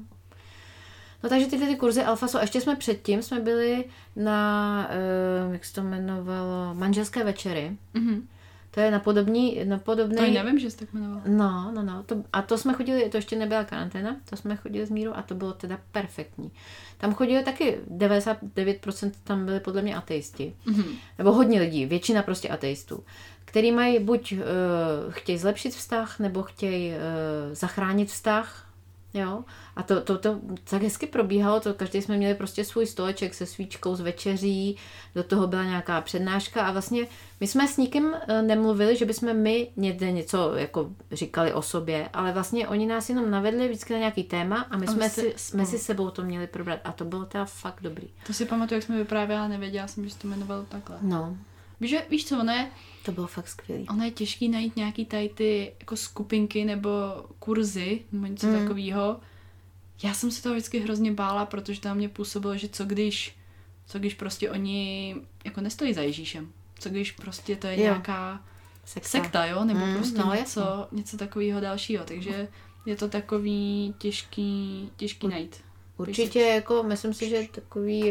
No takže tyhle ty kurzy Alfa jsou, ještě jsme předtím, jsme byli na, jak se to jmenovalo, manželské večery. To je na podobný... To nevím, že jsi tak jmenovala. No. A to jsme chodili, to ještě nebyla karanténa, to jsme chodili s Mírou a to bylo teda perfektní. Tam chodili taky 99% tam byli podle mě ateisti. Nebo hodně lidí, většina prostě ateistů, který mají buď chtějí zlepšit vztah, nebo chtějí zachránit vztah. Jo? A to tak hezky probíhalo, to každý jsme měli prostě svůj stoleček se svíčkou, s večeří, do toho byla nějaká přednáška a vlastně my jsme s nikým nemluvili, že bychom my někde něco jako říkali o sobě, ale vlastně oni nás jenom navedli vždycky na nějaký téma a my jsme si sebou to měli probrat a to bylo teda fakt dobrý. To si pamatuju, jak jsme vyprávěla, nevěděla jsem, že se to jmenovalo takhle. No. Víš co, to bylo fakt skvělý. Ono je těžký najít nějaký tady ty jako skupinky nebo kurzy nebo něco takového. Já jsem se toho vždycky hrozně bála, protože tam mě působilo, že co když prostě oni jako nestojí za Ježíšem. Co když prostě to je nějaká sekta, jo? Nebo prostě něco takového dalšího. Takže je to takový těžký najít. Určitě jako, myslím si, že takový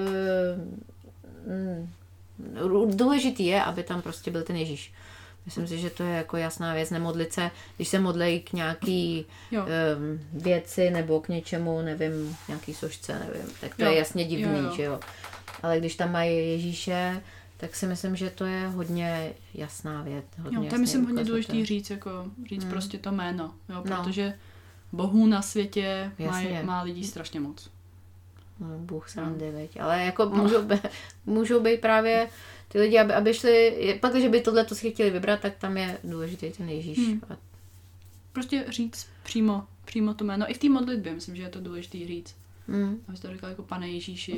důležitý je, aby tam prostě byl ten Ježíš. Myslím si, že to je jako jasná věc, nemodlit se, když se modlejí k nějaký věci nebo k něčemu, nevím, nějaký sošce, nevím, tak to je jasně divný, že jo. Ale když tam mají Ježíše, tak si myslím, že to je hodně jasná věc. Tam myslím hodně důležitý říct prostě to jméno, jo, protože bohů na světě má lidí strašně moc. No, Bůh srandy, veď. Ale jako můžou být právě ty lidi, aby šli, pak, když by tohle si chtěli vybrat, tak tam je důležitý ten Ježíš. Prostě říct přímo to jméno. I v té modlitbě myslím, že je to důležitý říct. Aby jsi to říkal jako Pane Ježíši,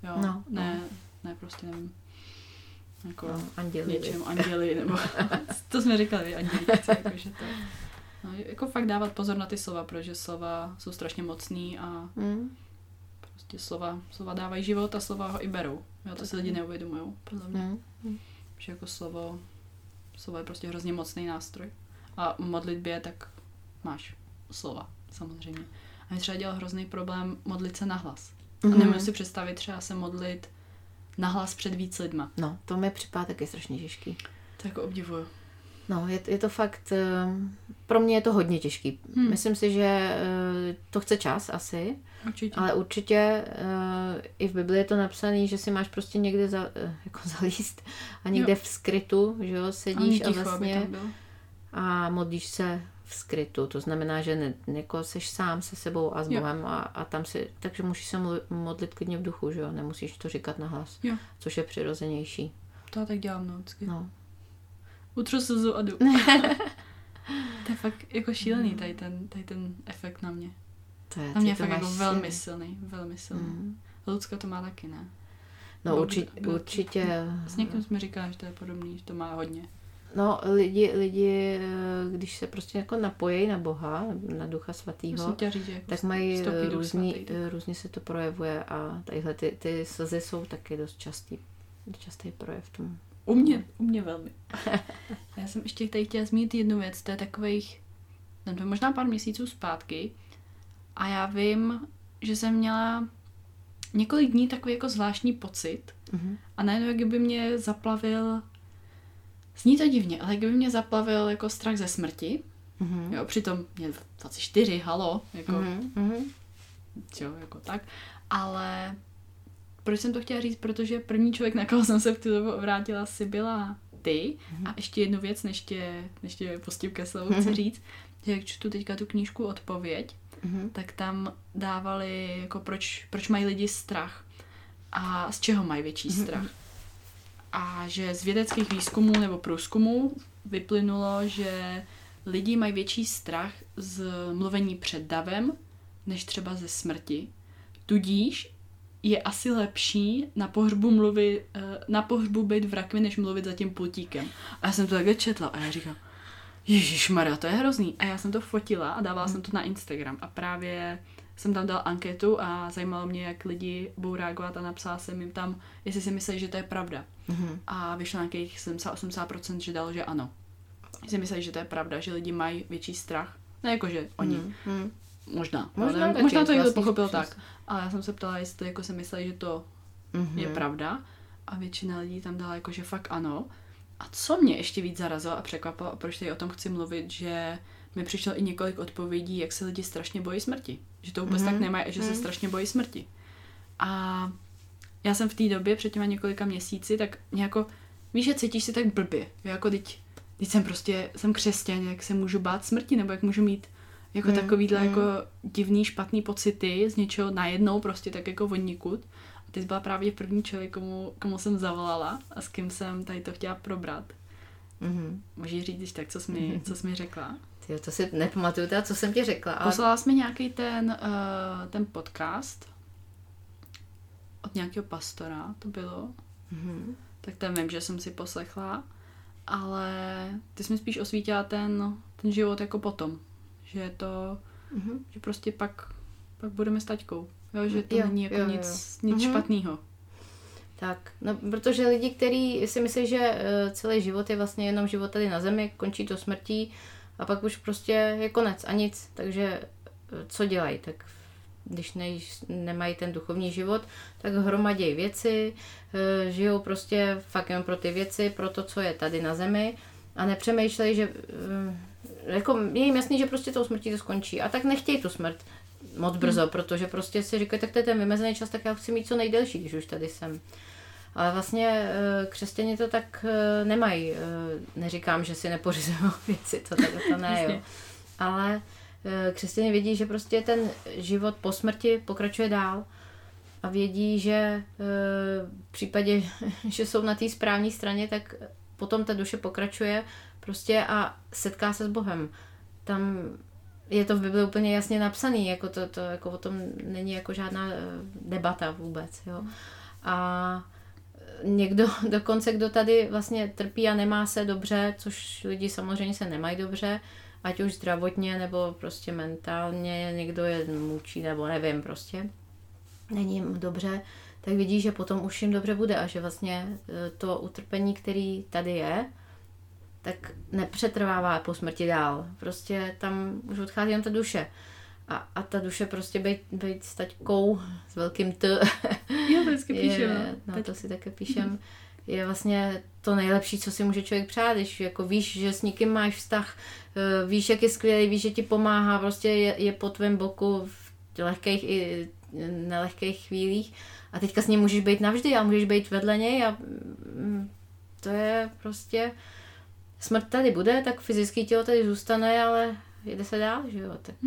jo. No, ne, prostě nevím. Jako anděli. Něčem anděli, nebo to jsme říkali, vy andělíci, jakože to. No, jako fakt dávat pozor na ty slova, protože slova jsou strašně mocný a prostě slova dávají život a slova ho i berou. Jo, to si lidi neuvědomujou, podle mě. Že jako slovo je prostě hrozně mocný nástroj. A v modlitbě tak máš slova, samozřejmě. A mi třeba dělal hrozný problém modlit se nahlas. A nemůžu si představit třeba se modlit nahlas před víc lidma. No, to mi připadá taky strašně těžký. To jako obdivuju. No, je to fakt, pro mě je to hodně těžký. Myslím si, že to chce čas asi, určitě. Ale určitě i v Bibli je to napsané, že si máš prostě někde zalíst a někde v skrytu, že jo, sedíš a vlastně a modlíš se v skrytu. To znamená, že jako seš sám se sebou a s Bohem a tam si, takže musíš se modlit klidně v duchu, že jo, nemusíš to říkat nahlas, což je přirozenější. To já tak dělám vždycky. No. Utřu slzu a jdu. To je fakt jako šílený, tady ten efekt na mě. Na mě je fakt jako velmi silný. Lucka to má taky, ne? No určitě. S někým jsme říkali, že to je podobný, že to má hodně. No lidi, když se prostě jako napojí na Boha, na Ducha Svatýho, jako tak mají různě se to projevuje a tadyhle ty slzy jsou taky dost častý projev tomu. U mě velmi. Já jsem ještě tady chtěla zmínit jednu věc, to je takových, to je možná pár měsíců zpátky a já vím, že jsem měla několik dní takový jako zvláštní pocit a najednou jak by mě zaplavil, zní to divně, ale jak by mě zaplavil jako strach ze smrti, jo, přitom mě 24, halo, jako, jo, jako tak, ale proč jsem to chtěla říct? Protože první člověk, na koho jsem se v tu dobu obrátila, si byla ty. A ještě jednu věc, než tě pustím ke slovu, chci říct, že jak čtu teďka tu knížku Odpověď, tak tam dávali, jako proč mají lidi strach a z čeho mají větší strach. A že z vědeckých výzkumů nebo průzkumů vyplynulo, že lidi mají větší strach z mluvení před davem, než třeba ze smrti. Tudíž je asi lepší na pohřbu být v rakvi, než mluvit za tím pultíkem. A já jsem to takhle četla a já říkám, ježišmarja, to je hrozný. A já jsem to fotila a dávala jsem to na Instagram a právě jsem tam dala anketu a zajímalo mě, jak lidi budou reagovat a napsala jsem jim tam, jestli si myslí, že to je pravda. A vyšlo nějakých 70-80%, že dalo, že ano. Si myslí, že to je pravda, že lidi mají větší strach. Ne jako, že oni. Možná to někdo pochopil tak. Ale já jsem se ptala, jestli jako si mysleli, že to je pravda. A většina lidí tam dala jako, že fakt ano. A co mě ještě víc zarazilo a překvapilo, a proč tady o tom chci mluvit, že mi přišlo i několik odpovědí, jak se lidi strašně bojí smrti. Že to vůbec tak nemají, že se strašně bojí smrti. A já jsem v té době, před těma několika měsíci, tak nějako, víš, že cítíš se tak blbě. Jako teď jsem křesťan, jak se můžu bát smrti, nebo jak můžu mít jako takovýhle jako divný, špatný pocity z něčeho najednou, prostě tak jako odnikud. A ty jsi byla právě první člověk, komu jsem zavolala a s kým jsem tady to chtěla probrat. Můžeš říct tak, co jsi mi řekla? Tyjo, to si nepamatuju teda, co jsem ti řekla. Ale... Poslala jsi mi nějaký ten podcast od nějakého pastora, to bylo. Tak ten vím, že jsem si poslechla, ale ty jsi mi spíš osvítila ten život jako potom. Že je to, že prostě pak budeme s taťkou. Jo, že to není jako nic špatného. Tak, no, protože lidi, kteří si myslí, že celý život je vlastně jenom život tady na zemi, končí to smrtí a pak už prostě je konec a nic. Takže co dělají? Tak když nemají ten duchovní život, tak hromadějí věci, žijou prostě fakt jen pro ty věci, pro to, co je tady na zemi a nepřemýšlejí, že jako je jim jasný, že prostě tou smrtí to skončí a tak nechtějí tu smrt moc brzo, protože prostě si říkají, tak to je ten vymezený čas, tak já chci mít co nejdelší, když už tady jsem. Ale vlastně křesťani to tak nemají. Neříkám, že si nepořizují věci, to ne, jo. Ale křesťani vědí, že prostě ten život po smrti pokračuje dál a vědí, že v případě, že jsou na té správné straně, tak potom ta duše pokračuje prostě a setká se s Bohem. Tam je to v Bibli úplně jasně napsaný, jako to jako o tom není jako žádná debata vůbec, jo. A někdo dokonce, kdo tady vlastně trpí a nemá se dobře, což lidi samozřejmě se nemají dobře, ať už zdravotně nebo prostě mentálně, někdo je mučí nebo nevím prostě, není jim dobře, tak vidí, že potom už jim dobře bude a že vlastně to utrpení, který tady je, tak nepřetrvává po smrti dál. Prostě tam už odchází jen ta duše. A ta duše prostě být s taťkou s velkým T. Jo, to vždycky píšem. No, to si také píšem. Je vlastně to nejlepší, co si může člověk přát, když jako víš, že s někým máš vztah, víš, jak je skvělý, víš, že ti pomáhá, prostě je po tvém boku v lehkých i nelehkých chvílích a teďka s ním můžeš být navždy a můžeš být vedle něj a to je prostě smrt tady bude, tak fyzické tělo tady zůstane, ale jede se dál, že jo, tak.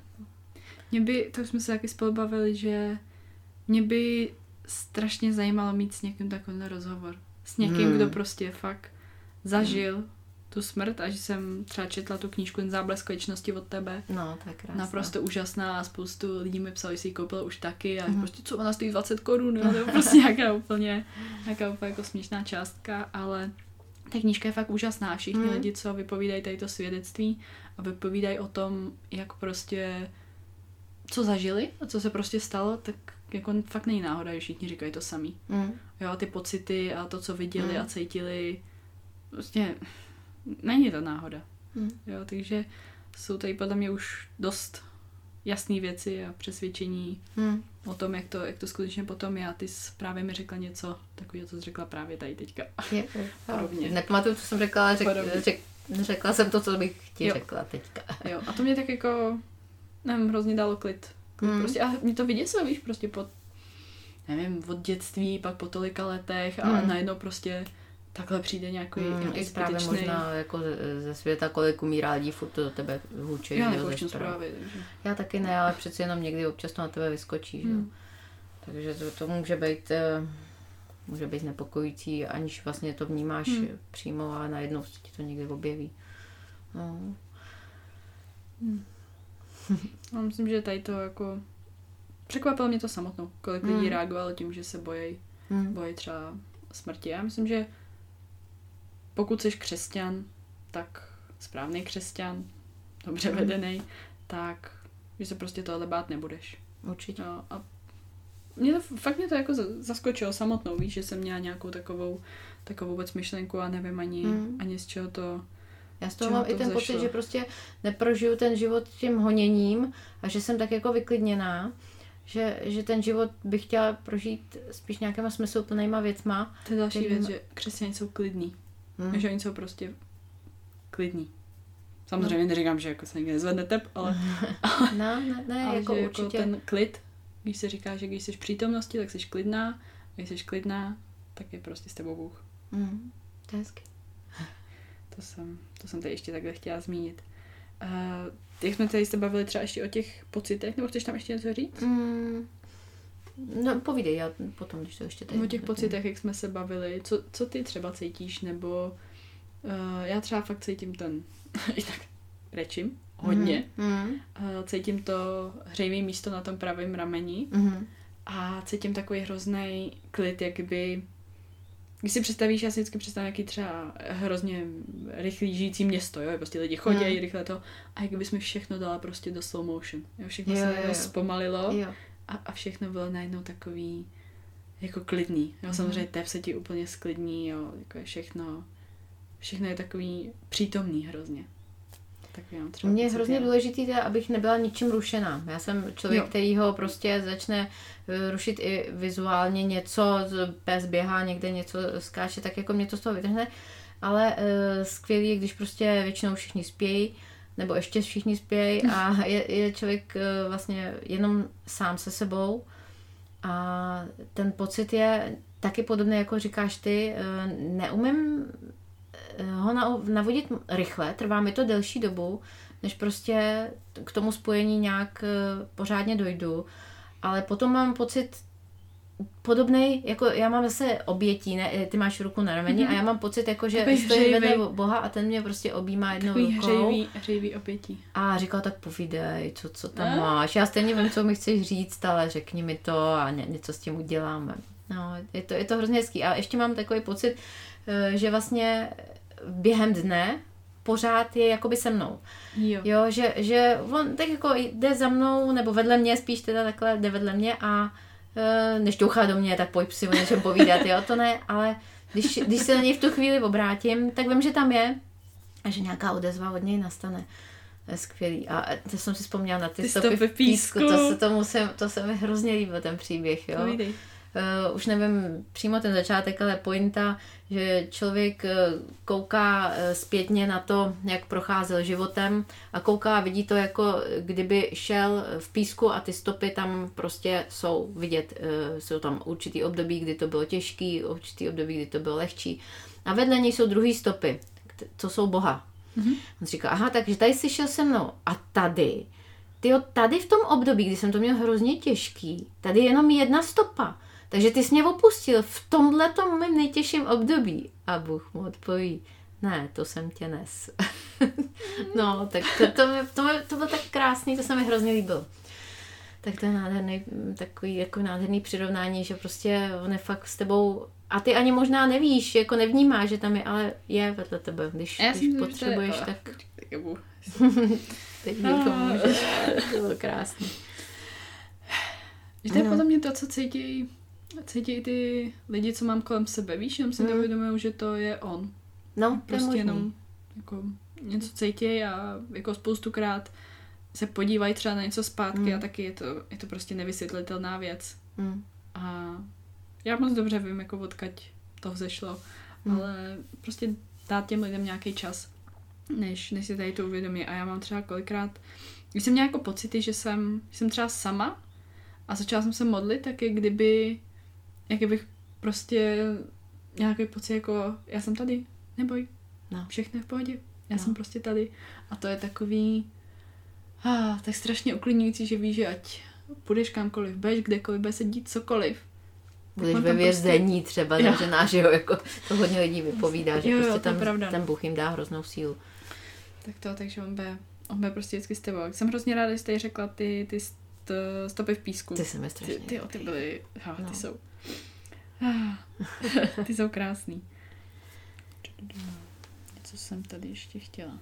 Mě by, to jsme se taky spolu bavili, že mě by strašně zajímalo mít s někým takovýhle rozhovor. S někým, kdo prostě fakt zažil tu smrt a že jsem třeba četla tu knížku Ten záblesk věčnosti od tebe. No, tak krásná. Naprosto úžasná a spoustu lidí mi psali, že si ji koupila už taky a prostě co ona stojí 20 korun, jo, nebo prostě nějaká úplně jako směšná částka, ale ta knížka je fakt úžasná. Všichni lidi, co vypovídají tady to svědectví a vypovídají o tom, jak prostě co zažili a co se prostě stalo, tak jako fakt není náhoda, že všichni říkají to samý. Jo, ty pocity a to, co viděli a cítili, prostě není to náhoda. Jo, takže jsou tady podle mě už dost jasné věci a přesvědčení o tom, jak to skutečně potom je. A ty jsi právě mi řekla něco takového, co jsi řekla právě tady teďka. Podobně. Nepamatuju, co jsem řekla, ale řekla jsem to, co bych ti řekla teďka. Jo, a to mě tak jako, nevím, hrozně dalo klid. Prostě, a mě to vyděsilo, víš, prostě nevím, od dětství, pak po tolika letech a najednou prostě takhle přijde nějaký zprávě možná jako ze světa, kolik umírá lidí, furt to do tebe hučí. Já nepouštím zprávy. Takže. Já taky ne, ale přeci jenom někdy občas to na tebe vyskočí. Že? Takže to může být nepokojící, aniž vlastně to vnímáš přímo, ale najednou se ti to někdy objeví. No. Já myslím, že tady to jako překvapilo mě to samotnou, kolik lidí reagovalo tím, že se bojí třeba smrti. Já myslím, že pokud jsi křesťan, tak správný křesťan, dobře vedený, tak že se prostě tohle bát nebudeš. Určitě. No, a mě to jako zaskočilo samotnou, víš, že jsem měla nějakou takovou vůbec myšlenku a nevím ani z čeho to. Já z toho mám i ten pocit, že prostě neprožiju ten život tím honěním a že jsem tak jako vyklidněná, že ten život bych chtěla prožít spíš nějakýma smysluplnýma věcma. To je další věc, že křesťané jsou klidní. Že oni jsou prostě klidní. Samozřejmě neříkám, že jako se někde nezvedne tep, ale ne, ale jako že určitě. Jako ten klid, když se říká, že když jsi v přítomnosti, tak jsi klidná. A když jsi klidná, tak je prostě s tebou Bůh. To je hezky. To jsem tady ještě takhle chtěla zmínit. Jak jsme tady se bavili třeba ještě o těch pocitech, nebo chceš tam ještě něco říct? No povídej, já potom, když to ještě tady. O těch pocitech, jak jsme se bavili, co ty třeba cítíš, nebo já třeba fakt cítím ten, i tak rečím, hodně. Cítím to hřejivý místo na tom pravém rameni a cítím takový hrozný klid, jakby. Když si představíš, já si vždycky představím, jaký třeba hrozně rychlý žijící město, jo, prostě lidi chodí rychle to a jak bys mi všechno dala prostě do slow motion, jo, všechno se zpomalilo a všechno bylo najednou takový jako klidný, jo, samozřejmě tev se ti úplně sklidní, jo, jako je všechno je takový přítomný hrozně. Mně je hrozně důležitý, abych nebyla ničím rušená. Já jsem člověk, který ho prostě začne rušit i vizuálně něco, pes běhá někde, něco skáče, tak jako mě to z toho vytrhne. Ale skvělý je, když prostě většinou všichni spějí, nebo ještě všichni spějí a je člověk vlastně jenom sám se sebou. A ten pocit je taky podobný, jako říkáš ty, neumím ho navodit rychle, trvá mi to delší dobu, než prostě k tomu spojení nějak pořádně dojdu, ale potom mám pocit podobnej, jako já mám zase obětí, ne, ty máš ruku na rameni a já mám pocit, jako že stojím vedle Boha a ten mě prostě objímá jednou rukou. Hřejivý obětí. A říkal, tak povídej, co tam máš. Já stejně vím, co mi chceš říct, ale řekni mi to a něco s tím uděláme. No, je to hrozně hezký. A ještě mám takový pocit, že vlastně během dne pořád je jakoby se mnou. Jo, že on tak jako jde za mnou, nebo vedle mě, spíš teda takhle jde vedle mě a nešťouchá do mě, tak pojď si o něčem povídat, jo, to ne, ale když se na něj v tu chvíli obrátím, tak vím, že tam je a že nějaká odezva od něj nastane. To je skvělý. A to jsem si vzpomněla na ty stopy v písku. To se mi hrozně líbil, ten příběh, jo. Už nevím přímo ten začátek, ale pointa, že člověk kouká zpětně na to, jak procházel životem a kouká a vidí to, jako kdyby šel v písku a ty stopy tam prostě jsou vidět. Jsou tam určitý období, kdy to bylo těžký, určitý období, kdy to bylo lehčí. A vedle něj jsou druhý stopy, co jsou Boha. Mm-hmm. On říká, aha, takže tady jsi šel se mnou a tady v tom období, kdy jsem to měl hrozně těžký, tady je jenom jedna stopa. Takže ty jsi mě opustil v tomhletom mém nejtěžším období. A Bůh mu odpoví, ne, to jsem tě nes. No, tak to bylo tak krásný, to se mi hrozně líbilo. Tak to je nádherný, takový jako nádherný přirovnání, že prostě on je fakt s tebou a ty ani možná nevíš, jako nevnímáš, že tam je, ale je vedle tebe, když potřebuješ, tak... Teď mi pomůžeš. To bylo krásný. Že to je podle mě to, co cítí ty lidi, co mám kolem sebe, víš, jenom si neuvědomují, že to je on. No, prostě jenom jako něco cítí a jako spoustukrát se podívají třeba na něco zpátky a taky je to prostě nevysvětlitelná věc. A já moc dobře vím, jako odkud to vzešlo, ale prostě dát těm lidem nějaký čas, než si tady to uvědomí. A já mám třeba kolikrát, když jsem měla jako pocity, že jsem třeba sama a začala jsem se modlit, tak jak bych prostě nějaký pocit, jako já jsem tady, neboj, všechno je v pohodě, já jsem prostě tady. A to je takový tak strašně uklidňující, že víš, že ať půjdeš kamkoliv, budeš kdekoliv, bude se dít cokoliv. Budeš ve vězení prostě... třeba, takže náš jako to hodně lidí vypovídá, že prostě tam ten Bůh jim dá hroznou sílu. Takže on bude prostě vždycky s tebou. Jsem hrozně ráda, že jsi tady řekla ty stopy v písku. Ty se mi strašně ty byly, ty jsou krásný. Co jsem tady ještě chtěla?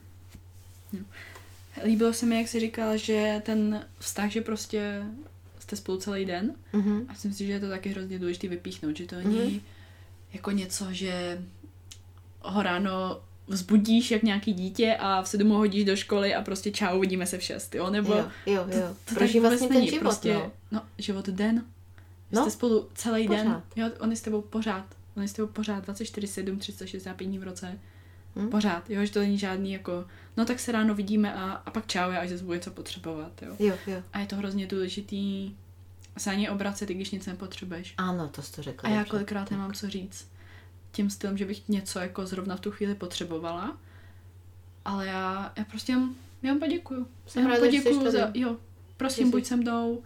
Líbilo se mi, jak jsi říkala, že ten vztah, že prostě jste spolu celý den a myslím si, že je to taky hrozně důležité vypíchnout, že to není jako něco, že ho ráno vzbudíš jak nějaký dítě a v 7 hodíš do školy a prostě čau, uvidíme se v 6, jo? Nebo jo. Proč vlastně ten život, prostě, život den. Jste spolu celý den. Jo, on je s tebou pořád. 24/7, 365 dní v roce. Pořád, jo, že to není žádný jako, tak se ráno vidíme a pak čau, až zase budu něco potřebovat, jo. A je to hrozně důležitý se ani obracet, i když nic nepotřebuješ. Ano, to jsi to řekla. A já kolikrát nemám co říct tím stylem, že bych něco jako zrovna v tu chvíli potřebovala, ale já prostě já poděkuju. Jsem ráda, poděkuju prosím, buď se mnou,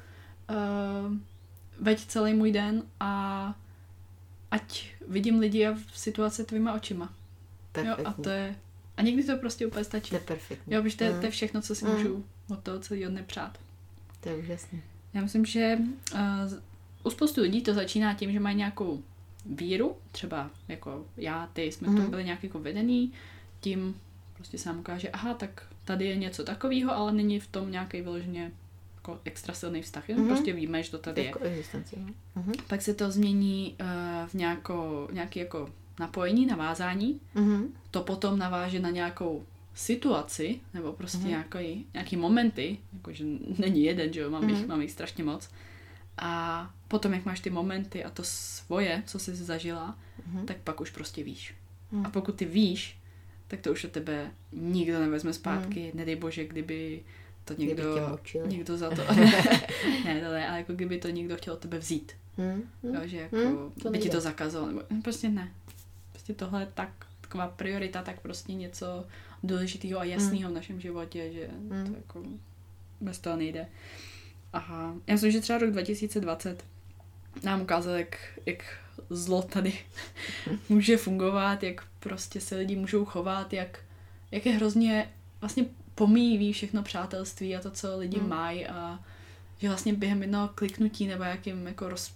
veď celý můj den a ať vidím lidi a situace tvýma očima. Perfektní. Jo, a někdy to prostě úplně stačí. To je perfektní. Jo, to je všechno, co si můžu od toho celého dne přát. To je úžasný. Já myslím, že u spoustu lidí to začíná tím, že mají nějakou víru, třeba jako já, ty jsme tu byli nějak jako vedený, tím prostě se nám ukáže, tak tady je něco takového, ale není v tom nějaký vyloženě jako extra silný vztah, prostě víme, že to tady je. Pak se to změní v nějaký jako napojení, navázání. To potom naváže na nějakou situaci, nebo prostě nějaký momenty, jakože není jeden, že jo, mám jich strašně moc. A potom, jak máš ty momenty a to svoje, co jsi zažila, tak pak už prostě víš. A pokud ty víš, tak to už od tebe nikdo nevezme zpátky. Nedej bože, kdyby to někdo za to... ne, ale jako kdyby to někdo chtěl od tebe vzít. Jo, že jako by ti to zakazoval. Nebo, prostě ne. Prostě tohle je taková priorita, tak prostě něco důležitého a jasného v našem životě, že to jako bez toho nejde. A já myslím, že třeba rok 2020 nám ukázal, jak zlo tady může fungovat, jak prostě se lidi můžou chovat, jak je hrozně vlastně pomíjí všechno přátelství a to, co lidi mají a že vlastně během jednoho kliknutí nebo jakým jako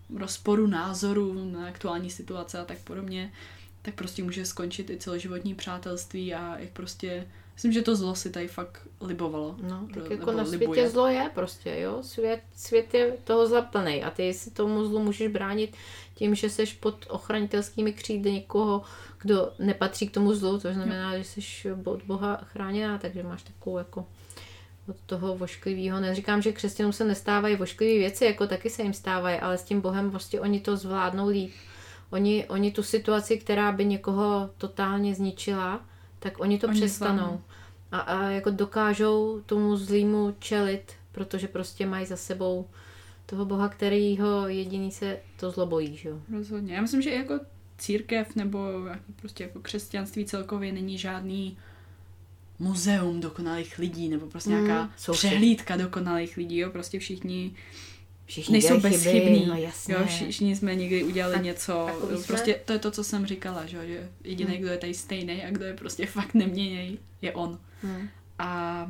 rozporu názorů na aktuální situace a tak podobně, tak prostě může skončit i celoživotní přátelství a jak prostě, myslím, že to zlo si tady fakt libovalo. No, tak jako na světě zlo je prostě, jo, svět je toho zla plnej a ty si tomu zlu můžeš bránit tím, že seš pod ochranitelskými křídly někoho, kdo nepatří k tomu zlu, to znamená, že seš od Boha chráněná, takže máš takovou jako od toho vošklivého. Neříkám, že křesťanům se nestávají vošklivé věci, jako taky se jim stávají, ale s tím Bohem prostě oni to zvládnou líp. Oni tu situaci, která by někoho totálně zničila, tak oni to přestanou. A jako dokážou tomu zlýmu čelit, protože prostě mají za sebou toho Boha, kterýho jediný se to zlo bojí, že jo? Rozhodně. Já myslím, že jako církev nebo prostě jako křesťanství celkově není žádný muzeum dokonalých lidí, nebo prostě nějaká přehlídka dokonalých lidí, jo? Prostě všichni nejsou bezchybní. No jasně. Jo? Všichni jsme někdy udělali něco. Prostě to je to, co jsem říkala, že jediný, kdo je tady stejný a kdo je prostě fakt neměněj, je on. A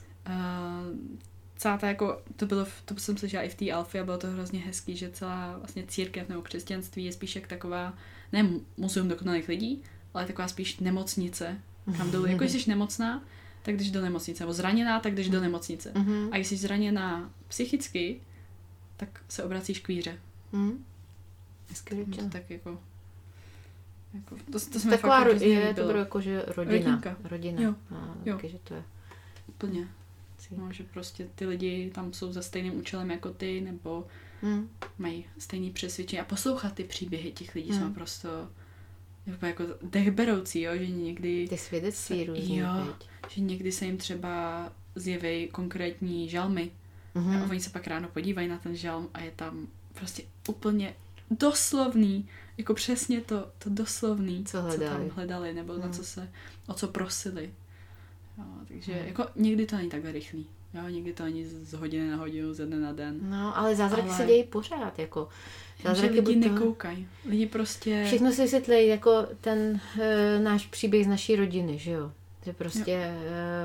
celá ta jako, to jsem slyšela i v té Alfě a bylo to hrozně hezký, že celá vlastně církev nebo křesťanství je spíš jak taková, ne muzeum dokonalých lidí, ale taková spíš nemocnice, kam jdou, jako jsi nemocná, tak jdeš do nemocnice, nebo zraněná, tak jdeš do nemocnice. A když jsi zraněná psychicky, tak se obracíš k víře. Hezky řečeno. Tak jako to jsme taková fakt je to bylo jako, že rodina. Jo. Taky, že to je úplně. No, že prostě ty lidi tam jsou za stejným účelem jako ty, nebo mají stejný přesvědčení. A poslouchat ty příběhy těch lidí jsou prostě jako dechberoucí, jo, že někdy ty svědectví různý. Jo, že někdy se jim třeba zjeví konkrétní žalmy. A oni se pak ráno podívají na ten žalm a je tam prostě úplně doslovný, jako přesně to doslovný, co tam hledali, nebo o co prosili. Jo, takže jako někdy to není takhle rychlý. Jo, někdy to není z hodiny na hodinu, ze dne na den. No, ale zázraky se dějí pořád, jako. Zázraky lidi nekoukají. Lidi prostě... Všechno si vysvětlí, jako ten náš příběh z naší rodiny, že jo. Že prostě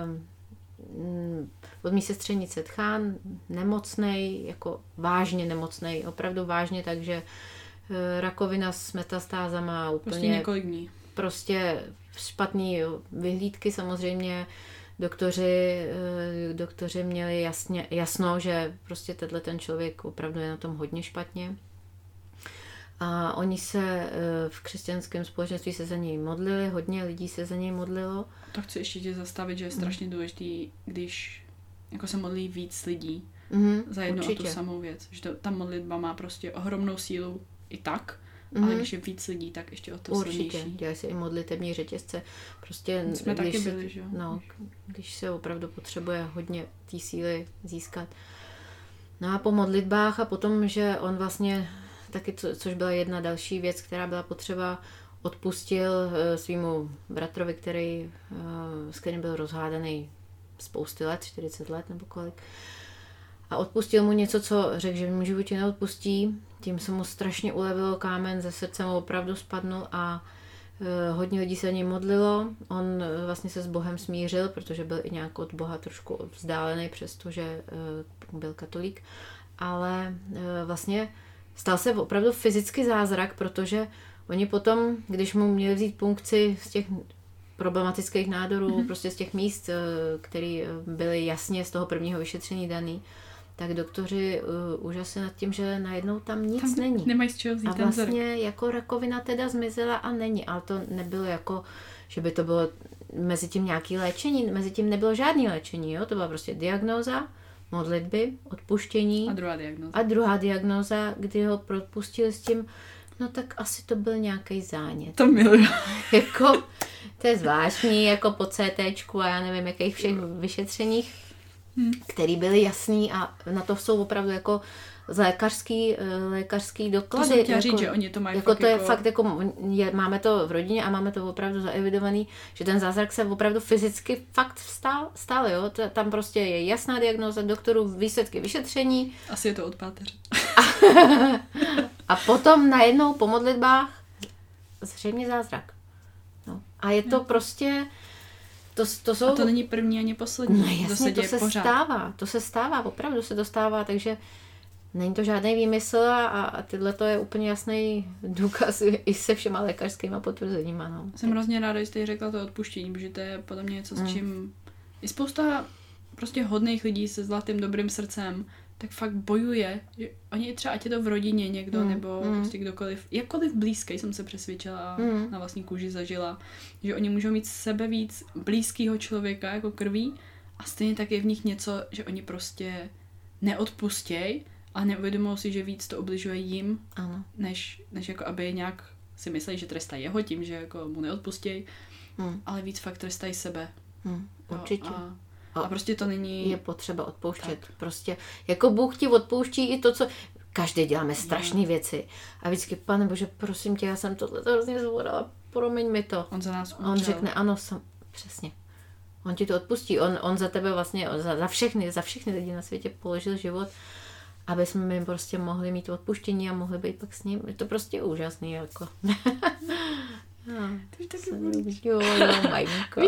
od mý sestřenice tchán, nemocnej, jako vážně nemocnej, opravdu vážně, takže rakovina s metastázama úplně... Prostě několik dní. Prostě špatný vyhlídky samozřejmě. Doktoři měli jasno, že prostě ten člověk opravdu je na tom hodně špatně. A oni se v křesťanském společenství se za něj modlili, hodně lidí se za něj modlilo. To chci ještě tě zastavit, že je strašně důležitý, když jako se modlí víc lidí za jednu a tu samou věc. Že ta modlitba má prostě ohromnou sílu i tak, ale když je víc lidí, tak ještě o to silnější. Určitě, dělají se i modlitební řetězce. Prostě, jsme taky byli, že jo? No, když se opravdu potřebuje hodně té síly získat. No a po modlitbách a potom, že on vlastně taky, což byla jedna další věc, která byla potřeba, odpustil svýmu bratrovi, s kterým byl rozhádaný spousty let, 40 let nebo kolik. A odpustil mu něco, co řekl, že v mém životě neodpustí. Tím se mu strašně ulevilo, kámen ze srdce mu opravdu spadnul a hodně lidí se o něj modlilo. On vlastně se s Bohem smířil, protože byl i nějak od Boha trošku vzdálený, přestože byl katolík. Ale vlastně stal se opravdu fyzický zázrak, protože oni potom, když mu měli vzít punkci z těch problematických nádorů, prostě z těch míst, které byly jasně z toho prvního vyšetření daný, tak doktoři úžasně nad tím, že najednou tam nic není. Nemají z čeho vzít. A vlastně jako rakovina teda zmizela a není, ale to nebylo jako, že by to bylo mezi tím nějaký léčení, mezi tím nebylo žádný léčení, jo? To byla prostě diagnóza, modlitby, odpuštění. A druhá diagnóza, kdy ho propustili s tím, no tak asi to byl nějaký zánět. To miluju. Jako, to je zvláštní, jako po CTčku a já nevím, jakých všech vyšetřeních, který byly jasný a na to jsou opravdu jako lékařský doklady. To jsem chtěla říct, že oni to mají jako to je fakt jako, máme to v rodině a máme to opravdu zaevidovaný, že ten zázrak se opravdu fyzicky fakt stal, jo. Tam prostě je jasná diagnóza doktorů, výsledky vyšetření. Asi je to od páteře. A potom najednou po modlitbách zřejmě zázrak. No. A je to prostě... To jsou... A to není první ani poslední. No jasně, to se stává, opravdu se to stává, takže Není to žádný výmysl a tyhle to je úplně jasný důkaz i se všema lékařskýma potvrzeníma. No. Jsem hrozně ráda, že jste řekla to odpuštění, protože to je podle mě něco, s čím i spousta prostě hodných lidí se zlatým dobrým srdcem tak fakt bojuje, že oni třeba, ať je to v rodině někdo, nebo prostě kdokoliv, jakkoliv blízký, jsem se přesvědčila a na vlastní kůži zažila, že oni můžou mít sebe víc blízkého člověka jako krví a stejně tak je v nich něco, že oni prostě neodpustěj a neuvědomují si, že víc to ubližuje jim, ano. Než jako aby nějak si mysleli, že trestají jeho tím, že jako mu neodpustěj, ale víc fakt trestají sebe. Určitě. A prostě to není... Je potřeba odpouštět. Tak. Prostě jako Bůh ti odpouští i to, co... Každý děláme strašné věci. A vždycky, Pane Bože, prosím tě, já jsem tohle hrozně zvodala, promiň mi to. On za nás umřel. On řekne, ano, přesně. On ti to odpustí. On za tebe vlastně, za všechny lidi na světě položil život, aby jsme jim prostě mohli mít odpuštění a mohli být pak s ním. Je to prostě úžasný, jako. To už taky budu. Jo, majínko.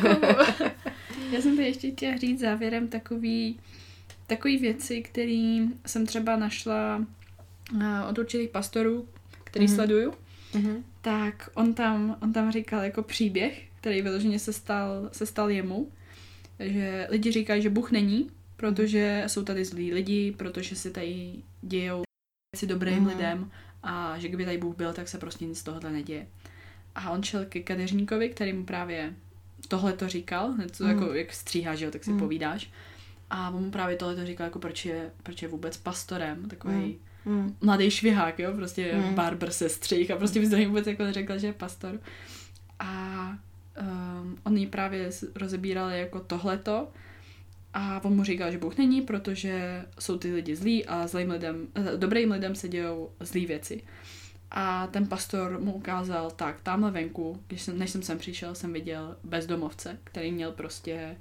Já jsem tady ještě chtěla říct závěrem takový věci, které jsem třeba našla od určitých pastorů, který sleduju. Tak on tam říkal jako příběh, který vyloženě se stal jemu, že lidi říkají, že Bůh není, protože jsou tady zlí lidi, protože se tady dějou věci dobrým lidem a že kdyby tady Bůh byl, tak se prostě nic z tohohle neděje. A on šel ke kadeřníkovi, který mu právě tohle to říkal, něco jako jak stříháš, jo, tak si povídáš. A on mu právě tohle to říkal, jako proč je vůbec pastorem, takový mladý švihák, jo, prostě barber se střih a prostě bys to vůbec jako neřekla, že je pastor. A on jí právě rozebírali jako tohleto a on mu říkal, že Bůh není, protože jsou ty lidi zlí a dobrým lidem se dějou zlý věci. A ten pastor mu ukázal, tak tamhle venku, než jsem sem přišel, jsem viděl bezdomovce, který měl prostě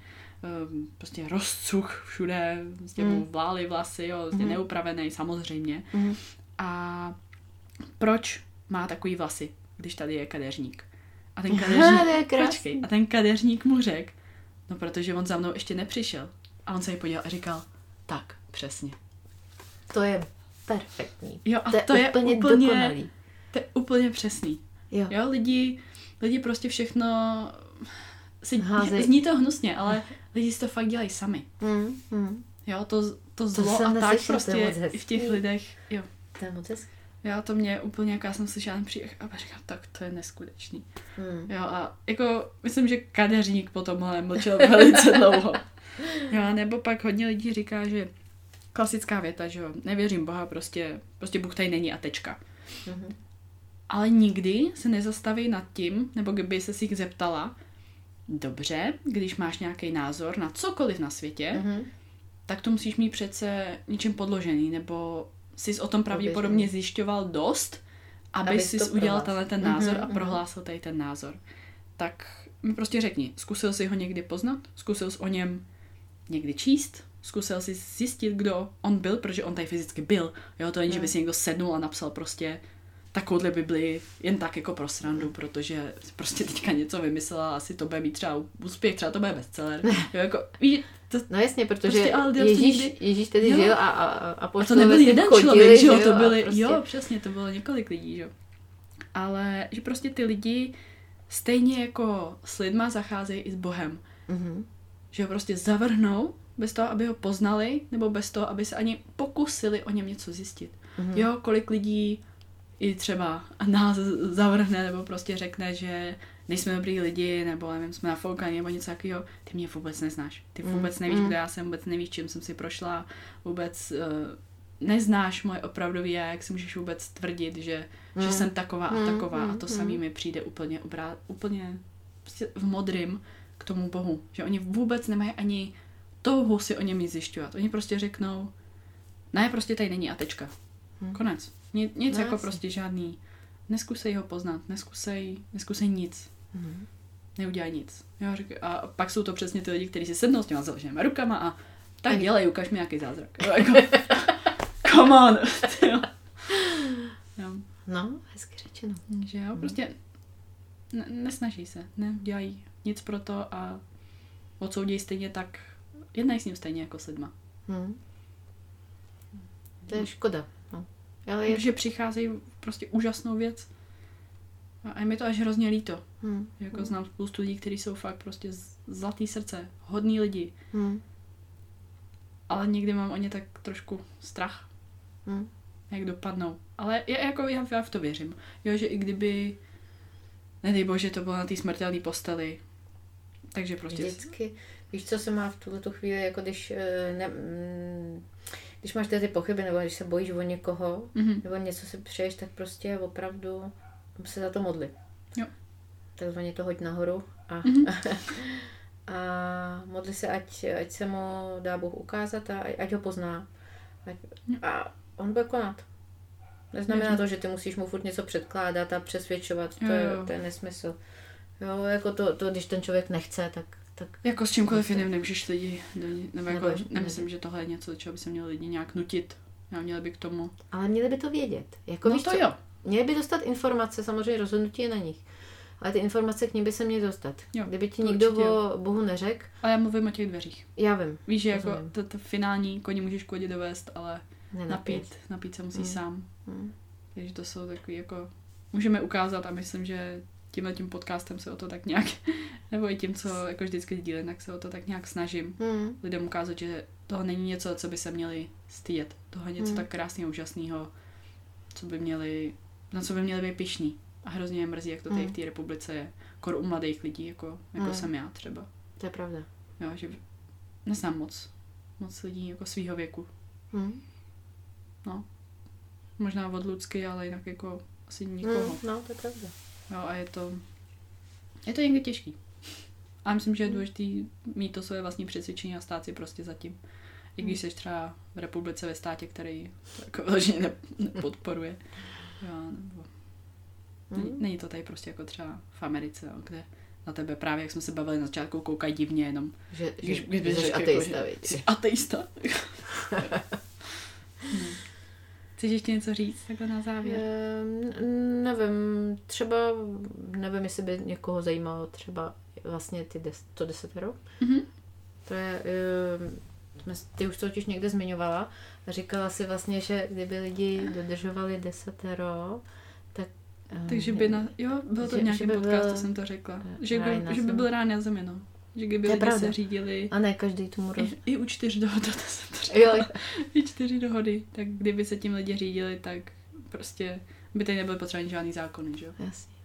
rozcuch všude, prostě mu vlály vlasy, jo, neupravený samozřejmě. A proč má takový vlasy, když tady je kadeřník? A ten kadeřník mu řekl, no protože on za mnou ještě nepřišel. A on se jí podíval a říkal, tak, přesně. To je perfektní. Jo, a to je úplně dokonalý. To je úplně přesný. Jo, lidi prostě všechno zní to hnusně, ale lidi si to fakt dělají sami. Jo, to zlo a tak prostě i v těch lidech, jo. To je moc hezky. Jo, to mě úplně, jak já jsem slyšela ten příběh a říkám, tak to je neskutečný. Jo, a jako myslím, že kadeřník po tomhle mlčel velice dlouho. Jo, nebo pak hodně lidí říká, že klasická věta, že jo, nevěřím Boha, prostě Bůh tady není a tečka. Ale nikdy se nezastaví nad tím, nebo kdyby se si jich zeptala, dobře, když máš nějaký názor na cokoliv na světě, tak to musíš mít přece něčím podložený, nebo jsi o tom pravděpodobně zjišťoval dost, aby jsi udělal ten názor a prohlásil tady ten názor. Tak mi prostě řekni, zkusil jsi ho někdy poznat? Zkusil jsi o něm někdy číst? Zkusil jsi zjistit, kdo on byl, protože on tady fyzicky byl. Jo, to není, že by si někdo sednul a napsal prostě takovouhle Bibli jen tak jako pro srandu, protože prostě teďka něco vymyslela a asi to bude mít třeba úspěch, třeba to bude bestseller. Jo, jako, no jasně, protože prostě, Ježíš tedy žil a to nebyl jeden člověk, že jo, to byly, prostě... jo, přesně, to bylo několik lidí, že jo. Ale že prostě ty lidi stejně jako s lidma zacházejí i s Bohem. Že ho prostě zavrhnou bez toho, aby ho poznali, nebo bez toho, aby se ani pokusili o něm něco zjistit. Jo, kolik lidí i třeba nás zavrhne, nebo prostě řekne, že nejsme dobrý lidi, nebo nevím, jsme nafoukaní, nebo něco takového. Ty mě vůbec neznáš. Ty vůbec nevíš, kdo já jsem, vůbec nevíš, čím jsem si prošla, vůbec neznáš moje opravdový já, jak si můžeš vůbec tvrdit, že jsem taková a taková a to samý mi přijde úplně prostě v modrým k tomu Bohu. Že oni vůbec nemají ani touhu si o něm nic zjišťovat. Oni prostě řeknou, ne, prostě tady není a tečka. Konec. Nic jako prostě žádný. Neskusej ho poznat, neskusej nic. Neudělaj nic. Jo, a pak jsou to přesně ty lidi, kteří si sednou s těma založenýma rukama a tak dělej, ukaž mi nějaký zázrak. Jo, jako, come on. Jo. No, hezky řečeno. Že jo, prostě nesnaží se, neudělají nic pro to a odsoudí stejně tak, jednají s ním stejně jako s lidma. To je škoda. No. Ale Že přicházejí prostě úžasnou věc. A je mi to až hrozně líto. Jako znám spoustu lidí, kteří jsou fakt prostě zlatý srdce, hodný lidi. Ale někdy mám o ně tak trošku strach. Jak dopadnou. Ale já v to věřím. Jo, že i kdyby, nedej bože, to bylo na té smrtelné posteli. Takže prostě... Vždycky, víš, co se má v tuhletu chvíli, jako když máš ty pochyby, nebo když se bojíš o někoho, nebo něco si přeješ, tak prostě opravdu se za to modli. Jo. Takzvaně to hoď nahoru a modli se, ať se mu dá Bůh ukázat a ať ho pozná. A on bude konat. Neznamená to, že ty musíš mu furt něco předkládat a přesvědčovat, to je nesmysl. Jo, jako to, když ten člověk nechce, tak jako s čímkoliv jiným nemůžeš lidi, nebo jako nemyslím, že tohle je něco, čeho by se měli lidi nějak nutit. Měli by k tomu. Ale měli by to vědět. Jako no víš to co? Jo. Měli by dostat informace, samozřejmě rozhodnutí je na nich. Ale ty informace k ním by se měly dostat. Jo, kdyby ti nikdo o Bohu neřekl. Ale já mluvím o těch dveřích. Já vím. Víš, že jako to finální koně můžeš kodě dovést, ale napít se musí sám. Takže to jsou takový jako, můžeme ukázat a myslím, že tímhletím podcastem se o to tak nějak, nebo i tím, co jako vždycky sdílím, tak se o to tak nějak snažím lidem ukázat, že toho není něco, co by se měli stydět. Toho je něco tak krásného, úžasného, na co by měli být pyšný. A hrozně mě mrzí, jak to tady v té republice je. Kor u mladých lidí, jako jsem já třeba. To je pravda. Jo, že neznám moc lidí jako svýho věku. No. Možná od Lucky, ale jinak jako asi nikoho. No, to je pravda. Jo, a je to někdy těžký. A myslím, že je důležitý mít to své vlastní přesvědčení a stát si prostě za tím. I když jsi třeba v republice ve státě, který to jako vyloženě nepodporuje. Jo, nebo není to tady prostě jako třeba v Americe, jo, kde na tebe právě, jak jsme se bavili na začátku, koukají divně jenom. Že jsi ateista, jako, jsi ateista. Chceš ještě něco říct takhle na závěr? Nevím, jestli by někoho zajímalo třeba vlastně to 10. To je, ty už to totiž někde zmiňovala a říkala si vlastně, že kdyby lidi dodržovali 10, tak... Takže by bylo to v nějakém podcastu, jsem to řekla. Že by byl ráj na zemi, no. Že kdyby lidi se řídili... A ne každý tomu I u 4 dohod, to jsem to řekla. I 4 dohody. Tak kdyby se tím lidi řídili, tak prostě by tady nebyly potřeba žádný zákony, že jo? Jasně.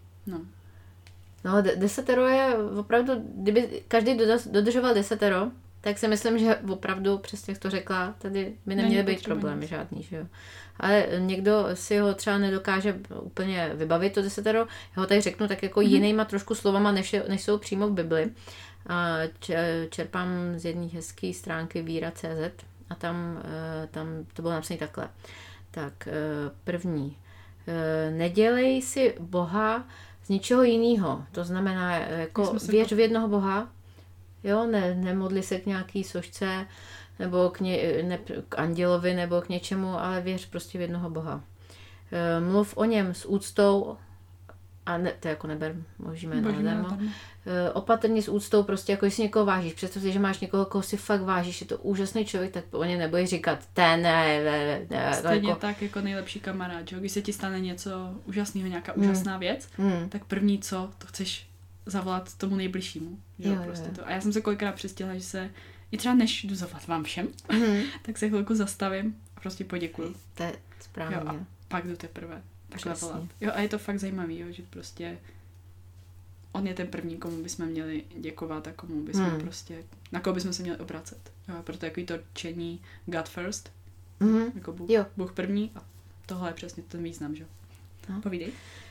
No, 10 je opravdu, kdyby každý dodržoval 10, tak si myslím, že opravdu, přesně jak to řekla, tady by neměly být problémy žádný, že jo. Ale někdo si ho třeba nedokáže úplně vybavit to 10. Já ho tady řeknu tak jako jinýma trošku slovama, než jsou přímo v Bibli. A čerpám z jedné hezké stránky víra.cz a tam to bylo napsané takhle. Tak první. Nedělej si Boha z ničeho jiného. To znamená, jako věř v jednoho Boha, jo, nemodli se k nějaký sošce, nebo k andělovi, nebo k něčemu, ale věř prostě v jednoho Boha. Mluv o něm s úctou, a ne, to jako neber Boží jméno nadarmo. Opatrně s úctou, prostě jako jestli někoho vážíš, představ si, že máš někoho, koho si fakt vážíš, je to úžasný člověk, tak o něm nebudeš říkat ne. Stejně jako... tak jako nejlepší kamarád, že? Když se ti stane něco úžasného, nějaká úžasná věc, tak první co, to chceš zavolat tomu nejbližšímu. Jo, prostě to. A já jsem se kolikrát přestihla, že se i třeba než jdu zavolat vám všem, tak se chvilku zastavím a prostě poděkuju. To je správně. Jo, a pak jdu teprve takhle volat. Jo, a je to fakt zajímavý, jo, že prostě on je ten první, komu bychom měli děkovat a komu bychom prostě, na koho bychom se měli obracet. Jo, proto takový to čení God first, jako Bůh první a tohle je přesně ten význam, že? Povídej.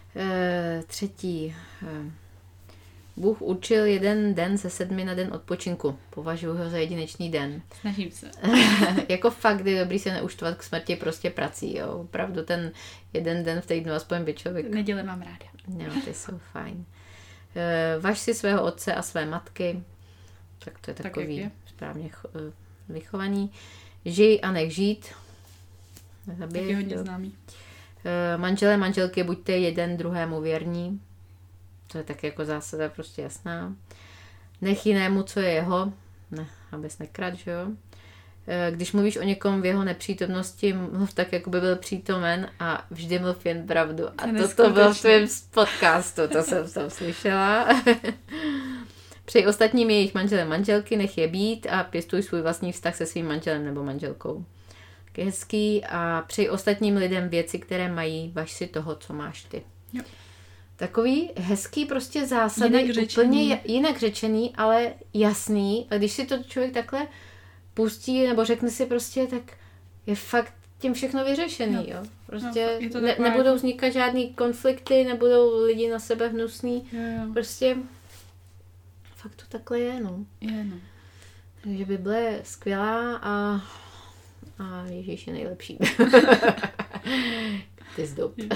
3. Bůh určil 1 den ze 7 na den odpočinku. Považuji ho za jedinečný den. Snažím se. Jako fakt je dobrý se neuštvat k smrti prostě prací. Jo. Opravdu ten 1 den v týdnu aspoň by člověk... Neděle mám ráda. No, ty jsou fajn. Važ si svého otce a své matky. Tak to je takový tak správně vychovaný. Žij a nech žít. Taky hodně známý. Manželé, manželky, buďte jeden druhému věrní. To je tak jako zásada prostě jasná. Nech jinému, co je jeho. Ne, abys nekradl, že jo. když mluvíš o někom v jeho nepřítomnosti, mluv tak, jako by byl přítomen a vždy mluv jen pravdu. A to bylo v tvém podcastu, to jsem tam slyšela. Přeji ostatním jejich manželé manželky, nech je být a pěstuj svůj vlastní vztah se svým manželem nebo manželkou. Je hezký a přeji ostatním lidem věci, které mají, važ si toho, co máš ty. Jo. Takový hezký prostě zásady, úplně jinak řečený, ale jasný. A když si to člověk takhle pustí nebo řekne si prostě, tak je fakt tím všechno vyřešený. Jo. Prostě nebudou vznikat žádný konflikty, nebudou lidi na sebe hnusný. Jo. Prostě fakt to takhle je, no. Je, no. Takže Bible je skvělá a Ježíš je nejlepší. Ty jsi dope.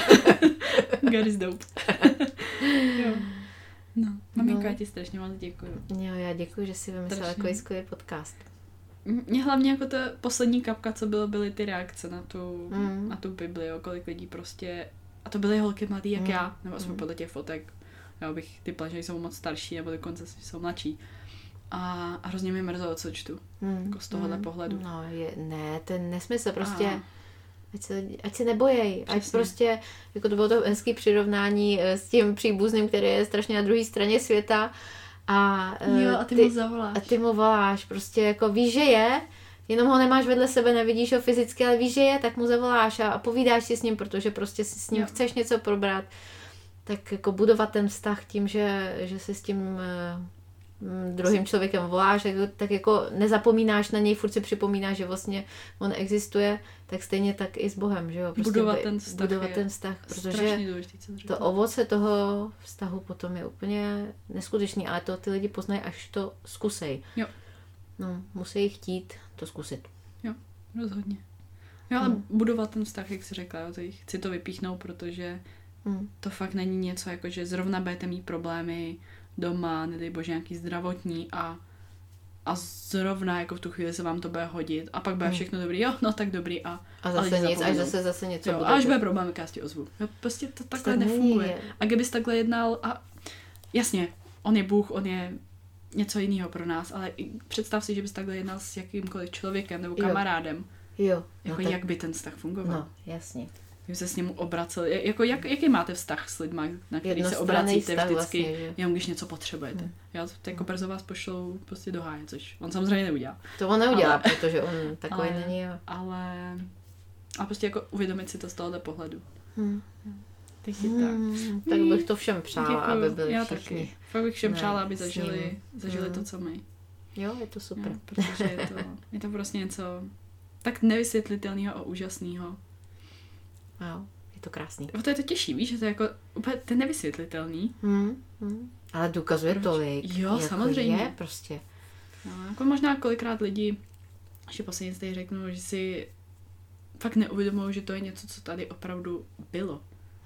God is dope. Jo. No, maminko, já ti strašně moc děkuju. Jo, já děkuju, že jsi vymyslela takový skvělý podcast. Mě hlavně jako ta poslední kapka, co byly ty reakce na tu Bibli, jo, kolik lidí prostě, a to byly holky mladý jak já, nebo aspoň podle těch fotek, já bych typla, že jsou moc starší, nebo dokonce jsou mladší. A hrozně mi mrzelo, co čtu, jako z tohohle pohledu. No, ten nesmysl, prostě, ať se nebojej, ať prostě, jako to bylo to hezký přirovnání s tím příbuzným, který je strašně na druhé straně světa, a ty mu voláš, prostě jako víš, že je, jenom ho nemáš vedle sebe, nevidíš ho fyzicky, ale víš, že je, tak mu zavoláš a povídáš si s ním, protože prostě si s ním chceš něco probrat, tak jako budovat ten vztah tím, že si s tím druhým člověkem voláš, tak jako nezapomínáš na něj, furt si připomínáš, že vlastně on existuje, tak stejně tak i s Bohem, že jo? Prostě budovat ten vztah, protože to ovoce toho vztahu potom je úplně neskutečný, ale to ty lidi poznají, až to zkusej. Jo. No, musí chtít to zkusit. Jo, rozhodně. Jo, ale budovat ten vztah, jak jsi řekla, chci to vypíchnout, protože to fakt není něco, jako že zrovna budete mít problémy doma, nedej bože nějaký zdravotní a zrovna jako v tu chvíli se vám to bude hodit a pak bude všechno dobrý, jo, no tak dobrý a zase nic, až zase něco jo, bude. A až bude problém, jak já si ozvu. Jo, prostě to takhle nefunguje. A kdybys takhle jednal a jasně, on je Bůh, on je něco jiného pro nás, ale představ si, že bys takhle jednal s jakýmkoliv člověkem nebo kamarádem. Jo. Jako no, jak by ten vztah fungoval. No, jasně. Kdyby se s ním obracel. Jako jaký máte vztah s lidma, na který se obracíte vždycky, vlastně, jenom když něco potřebujete. Já to jako brzo vás pošlou prostě do háje, což on samozřejmě neudělá. To on neudělá, protože on takový není. Ale prostě jako uvědomit si to z tohohle pohledu. Tak bych to všem přála, aby byli já všichni. Taky. Fakt bych všem přála, aby zažili to, co my. Jo, je to super. Jo, protože je to prostě něco tak nevysvětlitelného a úžasného. Jo, je to krásný. To je to těžší, víš, že to je jako úplně to nevysvětlitelný. Ale důkazuje tolik. Jo, jako samozřejmě. Je prostě. No, jako možná kolikrát lidi, že posledně tady řeknou, že si fakt neuvědomují, že to je něco, co tady opravdu bylo.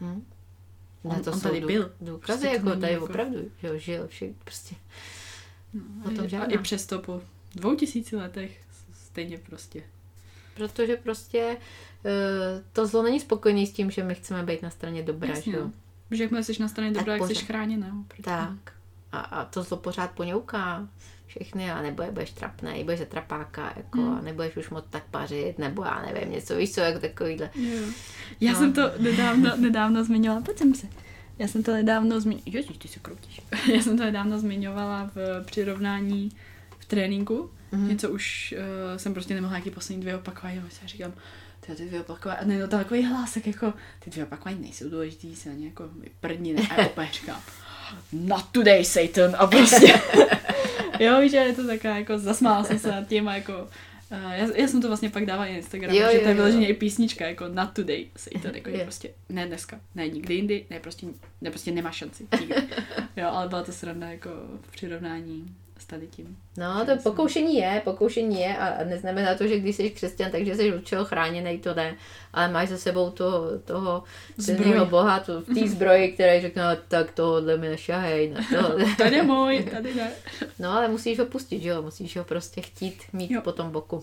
On tady byl. Důkazy, prostě jako tady jako opravdu, že jo, žil vše, prostě. No, a i přesto po 2000 letech stejně prostě. Protože prostě to zlo není spokojený s tím, že my chceme být na straně dobra, jasně, že jo. Protože jakmile jsi na straně dobra, jak jsi chráněná. Tak. A to zlo pořád poňouká všechny a nebo je budeš trapnej, budeš zatrapáka, jako, a nebudeš už moc tak pařit, nebo já nevím, něco, víš co, jako takovýhle. Jo. Já jsem to nedávno zmiňovala, pojď sem se. Já jsem to nedávno zmiňovala, ježiš, ty se kroutíš. Já jsem to nedávno zmiňovala v přirovnání v tréninku. Něco už jsem prostě nemohla nějaký poslední 2 opakování, a si říkám, ty 2 opakování, a ne, no takový hlásek, jako, ty 2 opakování nejsou důležitý, se ani jako vyprdni, ne, a opět říkám, not today, Satan, a prostě, jo, víš, je to taková, jako zasmála jsem se nad tím a jako, já jsem to vlastně pak dávala na Instagram, protože to je vyloženě i písnička, jako not today, Satan, jako je prostě, ne dneska, ne nikdy jindy, ne prostě nemá šanci, nikdy. Jo, ale byla to sranda jako v přirovnání s tady tím. No, to pokoušení je a neznamená to, že když jsi křesťan, takže jsi od čeho chráněnej, to ne, ale máš za sebou toho silného Boha v té zbroji, který řekne, no, tak tohle mi nešahej, na tohle. Tady je můj, tady ne. No, ale musíš ho pustit, že jo, musíš ho prostě chtít mít po tom boku.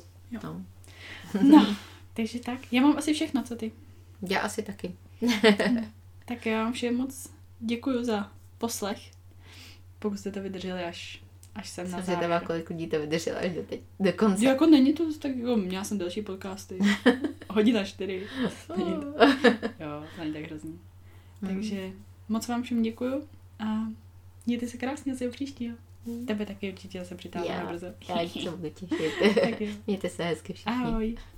No, takže tak, já mám asi všechno, co ty? Já asi taky. Tak já vám všem moc děkuju za poslech, pokud jste to vydrželi až jsem na Jsem závěr. zvědavá, kolik lidí to vydrželo až do teď, do konce. Jako není to tak, jako měla jsem další podcasty. 1:04. Jo, to není tak hrozný. Takže moc vám všem děkuju a mějte se krásně, zase příštího. Tebe taky určitě zase přitáhneme brzo. Já se budu těšit. Tak jo. Mějte se hezky všichni. Ahoj.